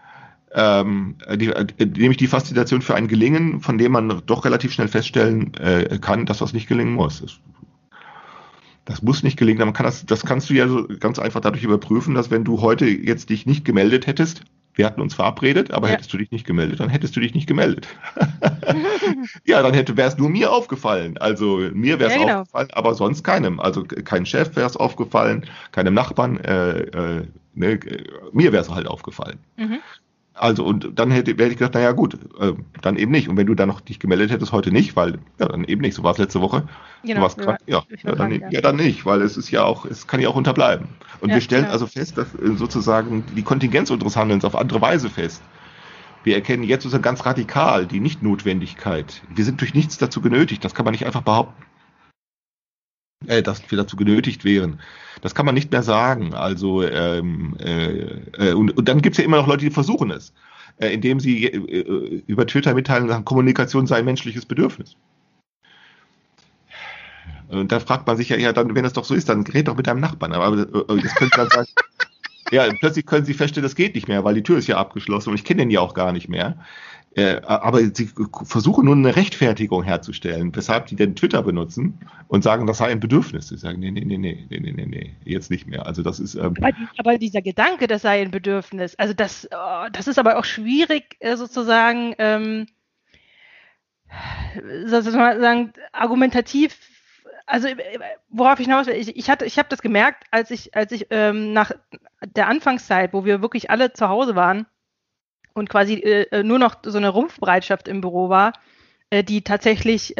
Nämlich die Faszination für ein Gelingen, von dem man doch relativ schnell feststellen kann, dass das nicht gelingen muss. Das muss nicht gelingen. Das kannst du ja so ganz einfach dadurch überprüfen, dass wenn du heute jetzt dich nicht gemeldet hättest, wir hatten uns verabredet, aber hättest du dich nicht gemeldet, dann hättest du dich nicht gemeldet. Ja, dann wäre es nur mir aufgefallen. Also mir wäre es aufgefallen, aber sonst keinem. Also kein Chef wäre es aufgefallen, keinem Nachbarn. Mir wäre es halt aufgefallen. Also und dann hätte ich gedacht, naja gut, dann eben nicht. Und wenn du dann noch dich gemeldet hättest, heute nicht, weil, ja, dann eben nicht. So war es letzte Woche. Genau, du warst krank. Dann nicht, weil es kann ja auch unterbleiben. Und wir stellen also fest, dass sozusagen die Kontingenz unseres Handelns auf andere Weise fest. Wir erkennen jetzt sozusagen ganz radikal die Nichtnotwendigkeit. Wir sind durch nichts dazu genötigt. Das kann man nicht einfach behaupten. Dass wir dazu genötigt wären. Das kann man nicht mehr sagen. Also und dann gibt es ja immer noch Leute, die versuchen es, indem sie über Twitter mitteilen, Kommunikation sei ein menschliches Bedürfnis. Und da fragt man sich ja, dann, wenn das doch so ist, dann red doch mit deinem Nachbarn. Aber das könnte dann sagen, ja, plötzlich können sie feststellen, das geht nicht mehr, weil die Tür ist ja abgeschlossen und ich kenne den ja auch gar nicht mehr. Aber sie versuchen nun eine Rechtfertigung herzustellen, weshalb die denn Twitter benutzen und sagen, das sei ein Bedürfnis. Sie sagen, nee, jetzt nicht mehr. Also das ist. Aber dieser Gedanke, das sei ein Bedürfnis, also das ist aber auch schwierig sozusagen, sozusagen argumentativ. Also worauf ich hinaus will, ich habe das gemerkt, als ich nach der Anfangszeit, wo wir wirklich alle zu Hause waren und quasi nur noch so eine Rumpfbereitschaft im Büro war, die tatsächlich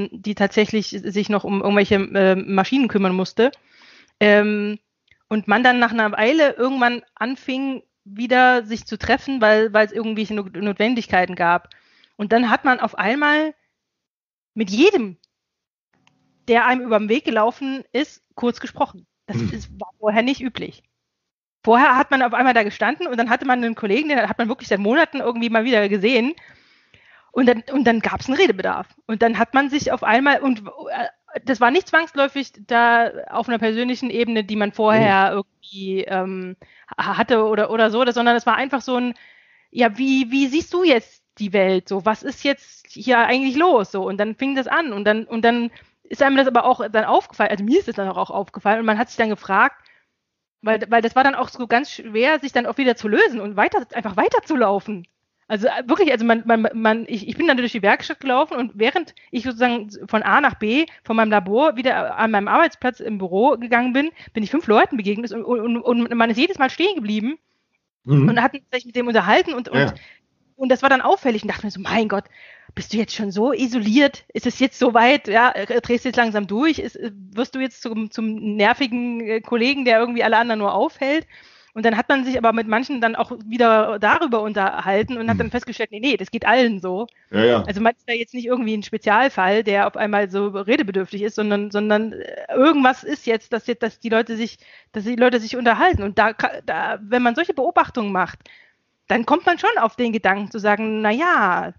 sich noch um irgendwelche Maschinen kümmern musste. Und man dann nach einer Weile irgendwann anfing, wieder sich zu treffen, weil es irgendwelche Notwendigkeiten gab. Und dann hat man auf einmal mit jedem, der einem über den Weg gelaufen ist, kurz gesprochen. Das war vorher nicht üblich. Vorher hat man auf einmal da gestanden und dann hatte man einen Kollegen, den hat man wirklich seit Monaten irgendwie mal wieder gesehen und dann gab es einen Redebedarf. Und dann hat man sich auf einmal, und das war nicht zwangsläufig da auf einer persönlichen Ebene, die man vorher irgendwie hatte oder so, sondern es war einfach so ein, ja, wie siehst du jetzt die Welt? So, was ist jetzt hier eigentlich los? So, und dann fing das an und dann ist einem das aber auch dann aufgefallen, also mir ist das dann auch aufgefallen und man hat sich dann gefragt, weil das war dann auch so ganz schwer, sich dann auch wieder zu lösen und einfach weiterzulaufen. Also wirklich, also ich bin dann durch die Werkstatt gelaufen und während ich sozusagen von A nach B von meinem Labor wieder an meinem Arbeitsplatz im Büro gegangen bin ich 5 Leuten begegnet und man ist jedes Mal stehen geblieben und hat sich mit dem unterhalten und das war dann auffällig und dachte mir so, mein Gott, bist du jetzt schon so isoliert? Ist es jetzt so weit? Ja, drehst du jetzt langsam durch? Wirst du jetzt zum nervigen Kollegen, der irgendwie alle anderen nur aufhält? Und dann hat man sich aber mit manchen dann auch wieder darüber unterhalten und hat dann festgestellt, nee, das geht allen so. Ja. Also man ist da jetzt nicht irgendwie ein Spezialfall, der auf einmal so redebedürftig ist, sondern irgendwas ist jetzt, dass die Leute sich unterhalten. Und da, wenn man solche Beobachtungen macht, dann kommt man schon auf den Gedanken zu sagen, naja,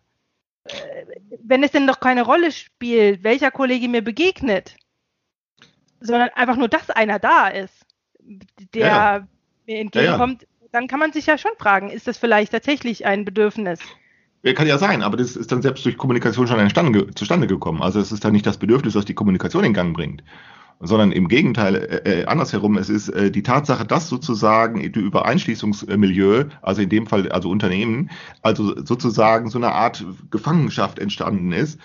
wenn es denn doch keine Rolle spielt, welcher Kollege mir begegnet, sondern einfach nur, dass einer da ist, der mir entgegenkommt, dann kann man sich ja schon fragen, ist das vielleicht tatsächlich ein Bedürfnis? Kann ja sein, aber das ist dann selbst durch Kommunikation schon zustande gekommen. Also es ist dann nicht das Bedürfnis, das die Kommunikation in Gang bringt, sondern im Gegenteil, andersherum, es ist die Tatsache, dass sozusagen über Einschließungsmilieu, also in dem Fall also Unternehmen, also sozusagen so eine Art Gefangenschaft entstanden ist,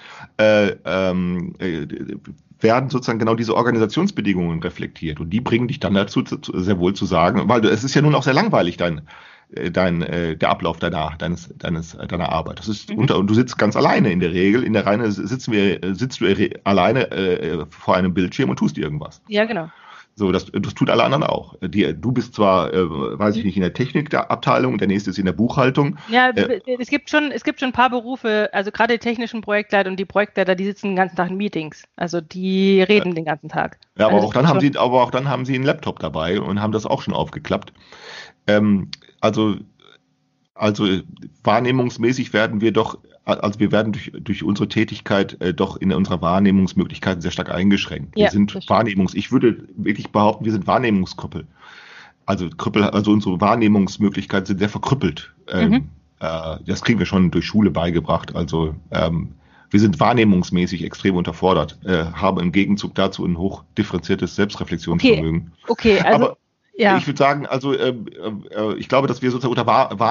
werden sozusagen genau diese Organisationsbedingungen reflektiert. Und die bringen dich dann dazu, sehr wohl zu sagen, weil es ist ja nun auch sehr langweilig, der Ablauf deiner Arbeit. Das ist und du sitzt ganz alleine in der Regel. In der Reihe sitzt du alleine vor einem Bildschirm und tust irgendwas. Ja, genau. So, das tut alle anderen auch. Du bist zwar, weiß ich nicht, in der Technik der Abteilung, der nächste ist in der Buchhaltung. Ja, es gibt schon ein paar Berufe, also gerade die technischen Projektleiter und die Projektleiter, die sitzen den ganzen Tag in Meetings. Also die reden den ganzen Tag. Ja, aber also auch dann haben sie einen Laptop dabei und haben das auch schon aufgeklappt. Also wahrnehmungsmäßig werden wir doch, also wir werden durch unsere Tätigkeit doch in unserer Wahrnehmungsmöglichkeiten sehr stark eingeschränkt. Wir sind ich würde wirklich behaupten, wir sind Wahrnehmungskrüppel. Also unsere Wahrnehmungsmöglichkeiten sind sehr verkrüppelt. Das kriegen wir schon durch Schule beigebracht. Also wir sind wahrnehmungsmäßig extrem unterfordert, haben im Gegenzug dazu ein hochdifferenziertes Selbstreflexionsvermögen. Okay, also aber ich würde sagen, also ich glaube, dass wir sozusagen unter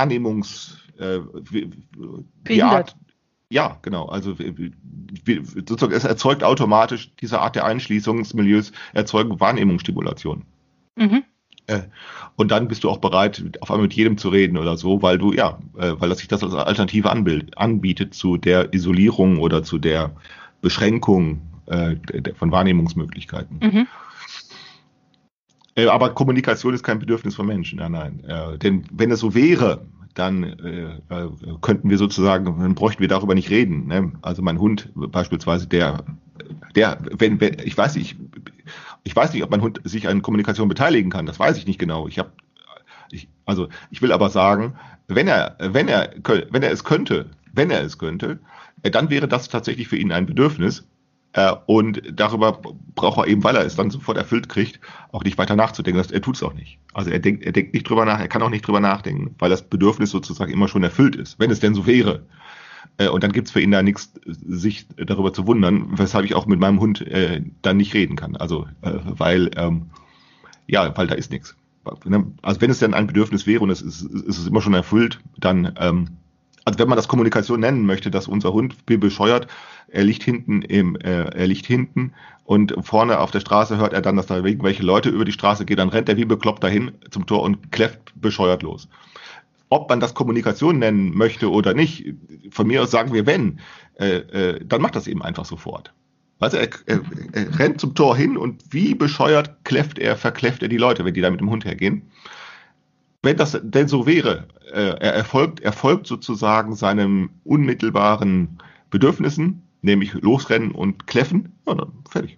die Art, ja, genau, also sozusagen es erzeugt automatisch diese Art der Einschließungsmilieus, erzeugen Wahrnehmungsstimulation. Und dann bist du auch bereit, auf einmal mit jedem zu reden oder so, weil das sich das als Alternative anbietet zu der Isolierung oder zu der Beschränkung von Wahrnehmungsmöglichkeiten. Aber Kommunikation ist kein Bedürfnis von Menschen, nein. Denn wenn es so wäre, dann könnten wir sozusagen, dann bräuchten wir darüber nicht reden. Ne? Also mein Hund beispielsweise, ich weiß nicht, ob mein Hund sich an Kommunikation beteiligen kann. Das weiß ich nicht genau. Ich will aber sagen, wenn er es könnte, dann wäre das tatsächlich für ihn ein Bedürfnis. Und darüber braucht er eben, weil er es dann sofort erfüllt kriegt, auch nicht weiter nachzudenken. Er tut es auch nicht. Also er denkt nicht drüber nach, er kann auch nicht drüber nachdenken, weil das Bedürfnis sozusagen immer schon erfüllt ist, wenn es denn so wäre. Und dann gibt es für ihn da nichts, sich darüber zu wundern, weshalb ich auch mit meinem Hund dann nicht reden kann. Also weil da ist nichts. Also wenn es dann ein Bedürfnis wäre und es ist immer schon erfüllt, dann also wenn man das Kommunikation nennen möchte, dass unser Hund wie bescheuert, er liegt hinten und vorne auf der Straße hört er dann, dass da irgendwelche Leute über die Straße gehen, dann rennt er wie bekloppt dahin zum Tor und kläfft bescheuert los. Ob man das Kommunikation nennen möchte oder nicht, von mir aus sagen wir wenn, dann macht das eben einfach sofort. Also er rennt zum Tor hin und wie bescheuert verkläfft er die Leute, wenn die da mit dem Hund hergehen. Wenn das denn so wäre, er folgt sozusagen seinen unmittelbaren Bedürfnissen, nämlich losrennen und kläffen, ja, dann fertig.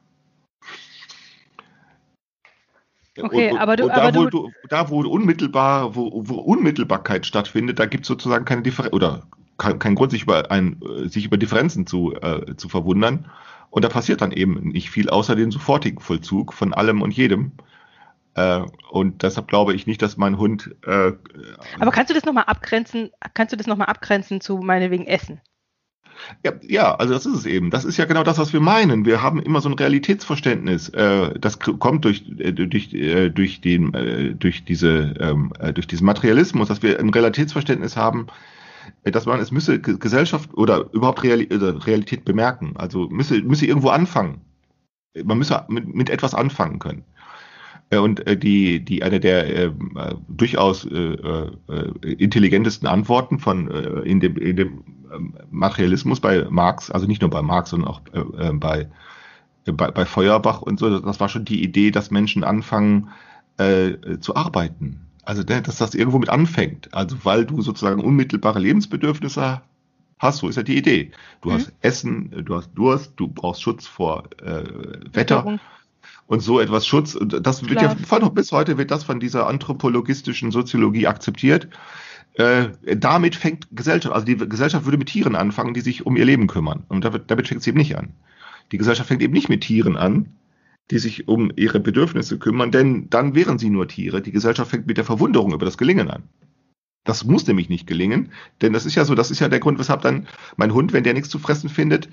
Okay, wo Unmittelbarkeit stattfindet, da gibt es sozusagen keine Differenz oder kein Grund, sich über Differenzen zu verwundern. Und da passiert dann eben nicht viel außer den sofortigen Vollzug von allem und jedem. Und deshalb glaube ich nicht, dass mein Hund. Aber kannst du das nochmal abgrenzen? Zu meinetwegen Essen? Ja, also das ist es eben. Das ist ja genau das, was wir meinen. Wir haben immer so ein Realitätsverständnis. Das kommt durch diesen Materialismus, dass wir ein Realitätsverständnis haben, dass man es müsse Gesellschaft oder überhaupt Realität bemerken. Also müsse irgendwo anfangen. Man müsse mit etwas anfangen können. Und eine der durchaus intelligentesten Antworten in dem Materialismus bei Marx, also nicht nur bei Marx, sondern auch bei Feuerbach und so, das war schon die Idee, dass Menschen anfangen zu arbeiten. Also dass das irgendwo mit anfängt. Also weil du sozusagen unmittelbare Lebensbedürfnisse hast, so ist ja die Idee. Du hast Essen, du hast Durst, du brauchst Schutz vor Wetter. Und so etwas Schutz, das wird bis heute wird das von dieser anthropologistischen Soziologie akzeptiert. Damit fängt Gesellschaft, also die Gesellschaft würde mit Tieren anfangen, die sich um ihr Leben kümmern. Und damit fängt sie eben nicht an. Die Gesellschaft fängt eben nicht mit Tieren an, die sich um ihre Bedürfnisse kümmern, denn dann wären sie nur Tiere. Die Gesellschaft fängt mit der Verwunderung über das Gelingen an. Das muss nämlich nicht gelingen, denn das ist ja der Grund, weshalb dann mein Hund, wenn der nichts zu fressen findet,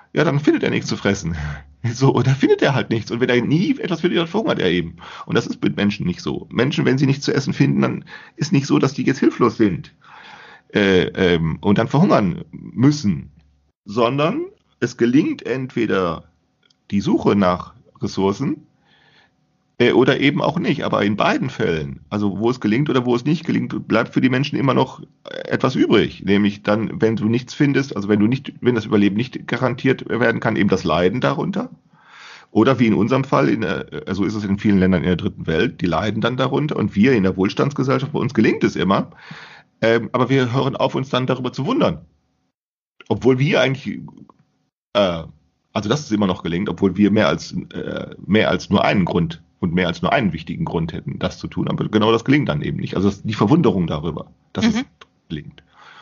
ja, dann findet er nichts zu fressen. So, und da findet er halt nichts. Und wenn er nie etwas findet, dann verhungert er eben. Und das ist mit Menschen nicht so. Menschen, wenn sie nichts zu essen finden, dann ist nicht so, dass die jetzt hilflos sind und dann verhungern müssen, sondern es gelingt entweder die Suche nach Ressourcen oder eben auch nicht. Aber in beiden Fällen, also wo es gelingt oder wo es nicht gelingt, bleibt für die Menschen immer noch etwas übrig. Nämlich dann, wenn du nichts findest, also wenn das Überleben nicht garantiert werden kann, eben das Leiden darunter. Oder wie in unserem Fall, so ist es in vielen Ländern in der dritten Welt, die leiden dann darunter und wir in der Wohlstandsgesellschaft, bei uns gelingt es immer. Aber wir hören auf, uns dann darüber zu wundern. Obwohl wir eigentlich, also dass es immer noch gelingt, obwohl wir mehr als nur einen Grund und mehr als nur einen wichtigen Grund hätten, das zu tun. Aber genau das gelingt dann eben nicht. Also die Verwunderung darüber, dass es gelingt.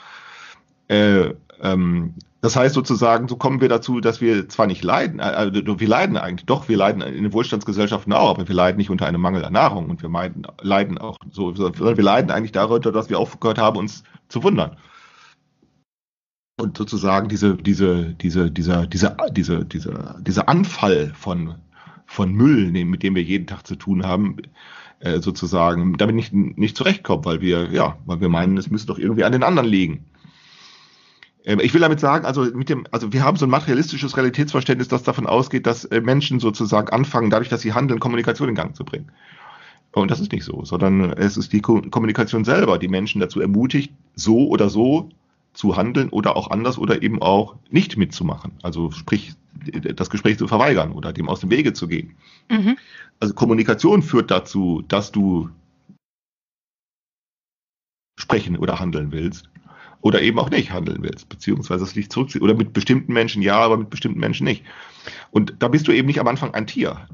Das heißt sozusagen, so kommen wir dazu, dass wir zwar nicht leiden, wir leiden eigentlich, doch, wir leiden in den Wohlstandsgesellschaften auch, aber wir leiden nicht unter einem Mangel an Nahrung und wir leiden auch so, wir leiden eigentlich darunter, dass wir aufgehört haben, uns zu wundern. Und sozusagen dieser Anfall von Müll, mit dem wir jeden Tag zu tun haben, sozusagen damit nicht zurechtkommen, weil wir meinen, es müsste doch irgendwie an den anderen liegen. Ich will damit sagen, also wir haben so ein materialistisches Realitätsverständnis, das davon ausgeht, dass Menschen sozusagen anfangen, dadurch, dass sie handeln, Kommunikation in Gang zu bringen. Und das ist nicht so, sondern es ist die Kommunikation selber, die Menschen dazu ermutigt, so oder so zu handeln oder auch anders oder eben auch nicht mitzumachen. Also sprich, das Gespräch zu verweigern oder dem aus dem Wege zu gehen. Mhm. Also Kommunikation führt dazu, dass du sprechen oder handeln willst. Oder eben auch nicht handeln willst, beziehungsweise es dich zurückzieht. Oder mit bestimmten Menschen ja, aber mit bestimmten Menschen nicht. Und da bist du eben nicht am Anfang ein Tier.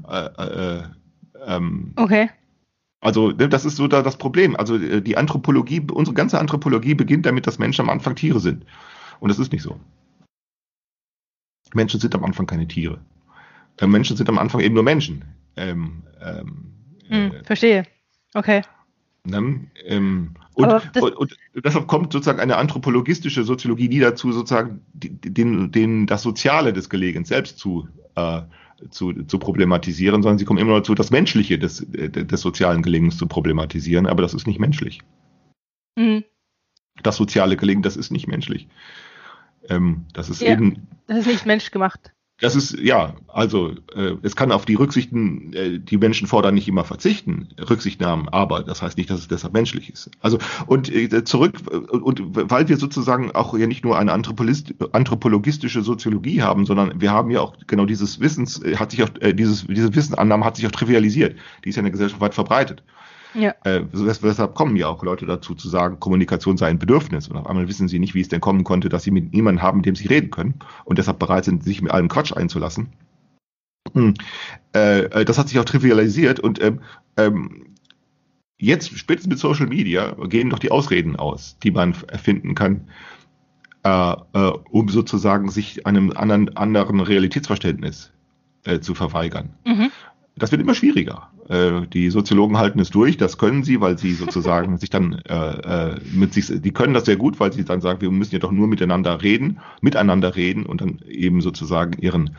Okay. Also das ist so das Problem. Also die Anthropologie, unsere ganze Anthropologie beginnt damit, dass Menschen am Anfang Tiere sind. Und das ist nicht so. Menschen sind am Anfang keine Tiere. Menschen sind am Anfang eben nur Menschen. Verstehe. Okay. Und deshalb kommt sozusagen eine anthropologistische Soziologie nie dazu, sozusagen das Soziale des Gelegens selbst zu problematisieren, sondern sie kommen immer dazu, das Menschliche des sozialen Gelingens zu problematisieren, aber das ist nicht menschlich. Mhm. Das soziale Gelingen, das ist nicht menschlich. Das ist nicht menschgemacht. Das ist, es kann auf die Rücksichten, die Menschen fordern, nicht immer verzichten, Rücksichtnahmen, aber das heißt nicht, dass es deshalb menschlich ist. Also, und weil wir sozusagen auch ja nicht nur eine anthropologistische Soziologie haben, sondern wir haben ja auch genau diese Wissensannahme hat sich auch trivialisiert. Die ist ja in der Gesellschaft weit verbreitet. Ja. Deshalb kommen ja auch Leute dazu zu sagen, Kommunikation sei ein Bedürfnis. Und auf einmal wissen sie nicht, wie es denn kommen konnte, dass sie mit niemandem haben, mit dem sie reden können. Und deshalb bereit sind, sich mit allem Quatsch einzulassen. Das hat sich auch trivialisiert. Und jetzt, spätestens mit Social Media, gehen doch die Ausreden aus, die man erfinden kann, um sozusagen sich einem anderen Realitätsverständnis zu verweigern. Mhm. Das wird immer schwieriger. Die Soziologen halten es durch, das können sie, weil sie sozusagen sich dann die können das sehr gut, weil sie dann sagen, wir müssen ja doch nur miteinander reden und dann eben sozusagen ihren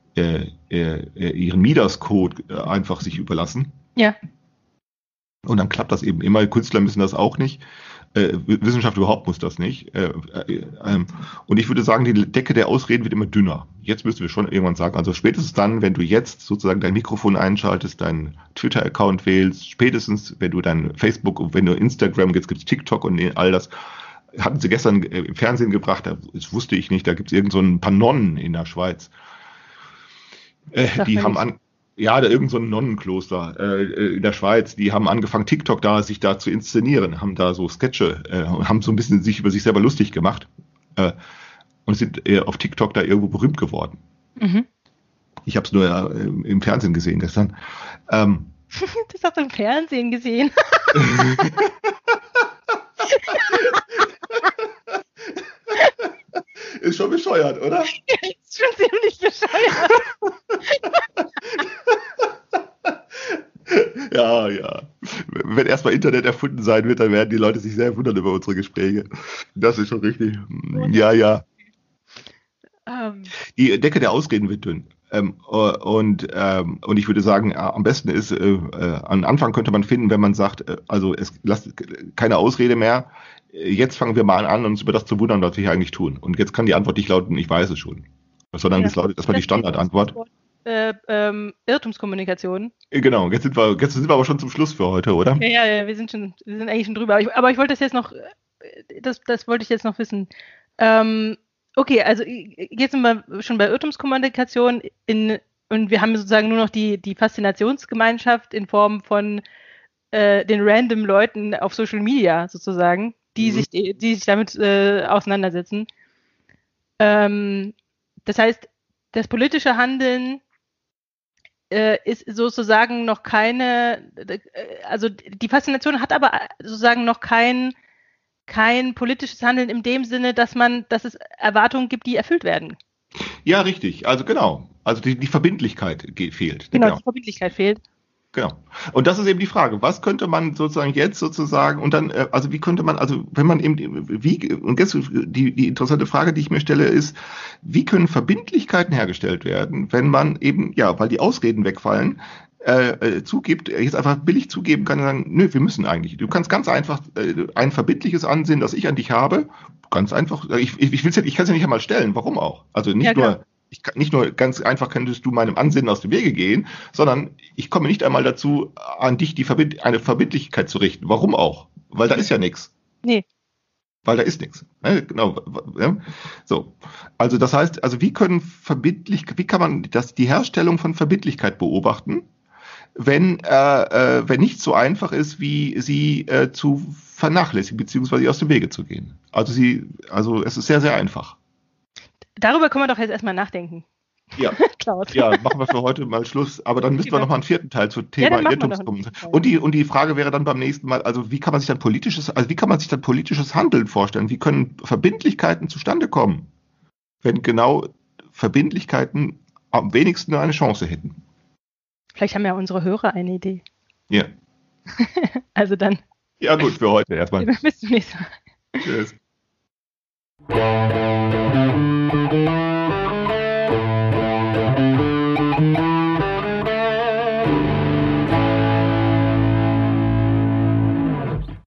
Midas-Code einfach sich überlassen. Ja. Und dann klappt das eben immer. Künstler müssen das auch nicht. Wissenschaft überhaupt muss das nicht. Und ich würde sagen, die Decke der Ausreden wird immer dünner. Jetzt müssen wir schon irgendwann sagen, also spätestens dann, wenn du jetzt sozusagen dein Mikrofon einschaltest, deinen Twitter-Account wählst, spätestens, wenn du dein Facebook und wenn du Instagram, jetzt gibt's TikTok und all das, hatten sie gestern im Fernsehen gebracht, das wusste ich nicht, da gibt's irgend so ein paar Nonnen in der Schweiz. Die haben irgend so ein Nonnenkloster in der Schweiz, die haben angefangen, TikTok sich da zu inszenieren, haben da so Sketche, haben so ein bisschen sich über sich selber lustig gemacht und sind auf TikTok da irgendwo berühmt geworden. Mhm. Ich habe es nur im Fernsehen gesehen gestern. Das hast du im Fernsehen gesehen? Ist schon bescheuert, oder? Ist schon ziemlich bescheuert. Ja. Wenn erstmal Internet erfunden sein wird, dann werden die Leute sich sehr wundern über unsere Gespräche. Das ist schon richtig. Ja. Die Decke der Ausreden wird dünn. Und ich würde sagen, am besten ist, an Anfang könnte man finden, wenn man sagt, also es lasst keine Ausrede mehr. Jetzt fangen wir mal an, uns über das zu wundern, was wir hier eigentlich tun. Und jetzt kann die Antwort nicht lauten, ich weiß es schon. Sondern das lautet erstmal die Standardantwort. Irrtumskommunikation. Genau, jetzt sind wir aber schon zum Schluss für heute, oder? Ja, wir sind eigentlich schon drüber. Aber ich wollte das jetzt noch, das wollte ich jetzt noch wissen. Okay, also jetzt sind wir schon bei Irrtumskommunikation und wir haben sozusagen nur noch die Faszinationsgemeinschaft in Form von den random Leuten auf Social Media sozusagen, die sich damit auseinandersetzen. Das heißt, das politische Handeln ist sozusagen noch keine, also die Faszination hat aber sozusagen noch kein politisches Handeln in dem Sinne, dass es Erwartungen gibt, die erfüllt werden. Ja, richtig. Also genau. Also die Verbindlichkeit fehlt. Genau, die Verbindlichkeit fehlt. Genau. Und das ist eben die Frage, was könnte man sozusagen jetzt sozusagen und dann, also wie könnte man, also wenn man eben, und jetzt die interessante Frage, die ich mir stelle, ist, wie können Verbindlichkeiten hergestellt werden, wenn man eben, ja, weil die Ausreden wegfallen, zugibt, jetzt einfach billig zugeben kann und sagen, nö, wir müssen eigentlich. Du kannst ganz einfach ein verbindliches Ansehen, das ich an dich habe, ganz einfach, ich kann es ja nicht einmal stellen, warum auch? Also nicht nur ganz einfach könntest du meinem Ansinnen aus dem Wege gehen, sondern ich komme nicht einmal dazu, an dich eine Verbindlichkeit zu richten. Warum auch? Weil da ist ja nichts. Nee. Weil da ist nichts. Genau. Ja. So. Also das heißt, also wie kann man die Herstellung von Verbindlichkeit beobachten, wenn nicht so einfach ist, wie sie zu vernachlässigen, beziehungsweise aus dem Wege zu gehen. Also es ist sehr, sehr einfach. Darüber können wir doch jetzt erstmal nachdenken. Ja, Klaus. Ja, machen wir für heute mal Schluss. Aber dann müssen wir noch mal einen vierten Teil zum Thema Irrtumskommunikation. Und die Frage wäre dann beim nächsten Mal, also wie kann man sich dann politisches Handeln vorstellen? Wie können Verbindlichkeiten zustande kommen, wenn genau Verbindlichkeiten am wenigsten eine Chance hätten? Vielleicht haben ja unsere Hörer eine Idee. Ja. Also dann. Ja gut, für heute erstmal. Bis zum nächsten Mal. Tschüss.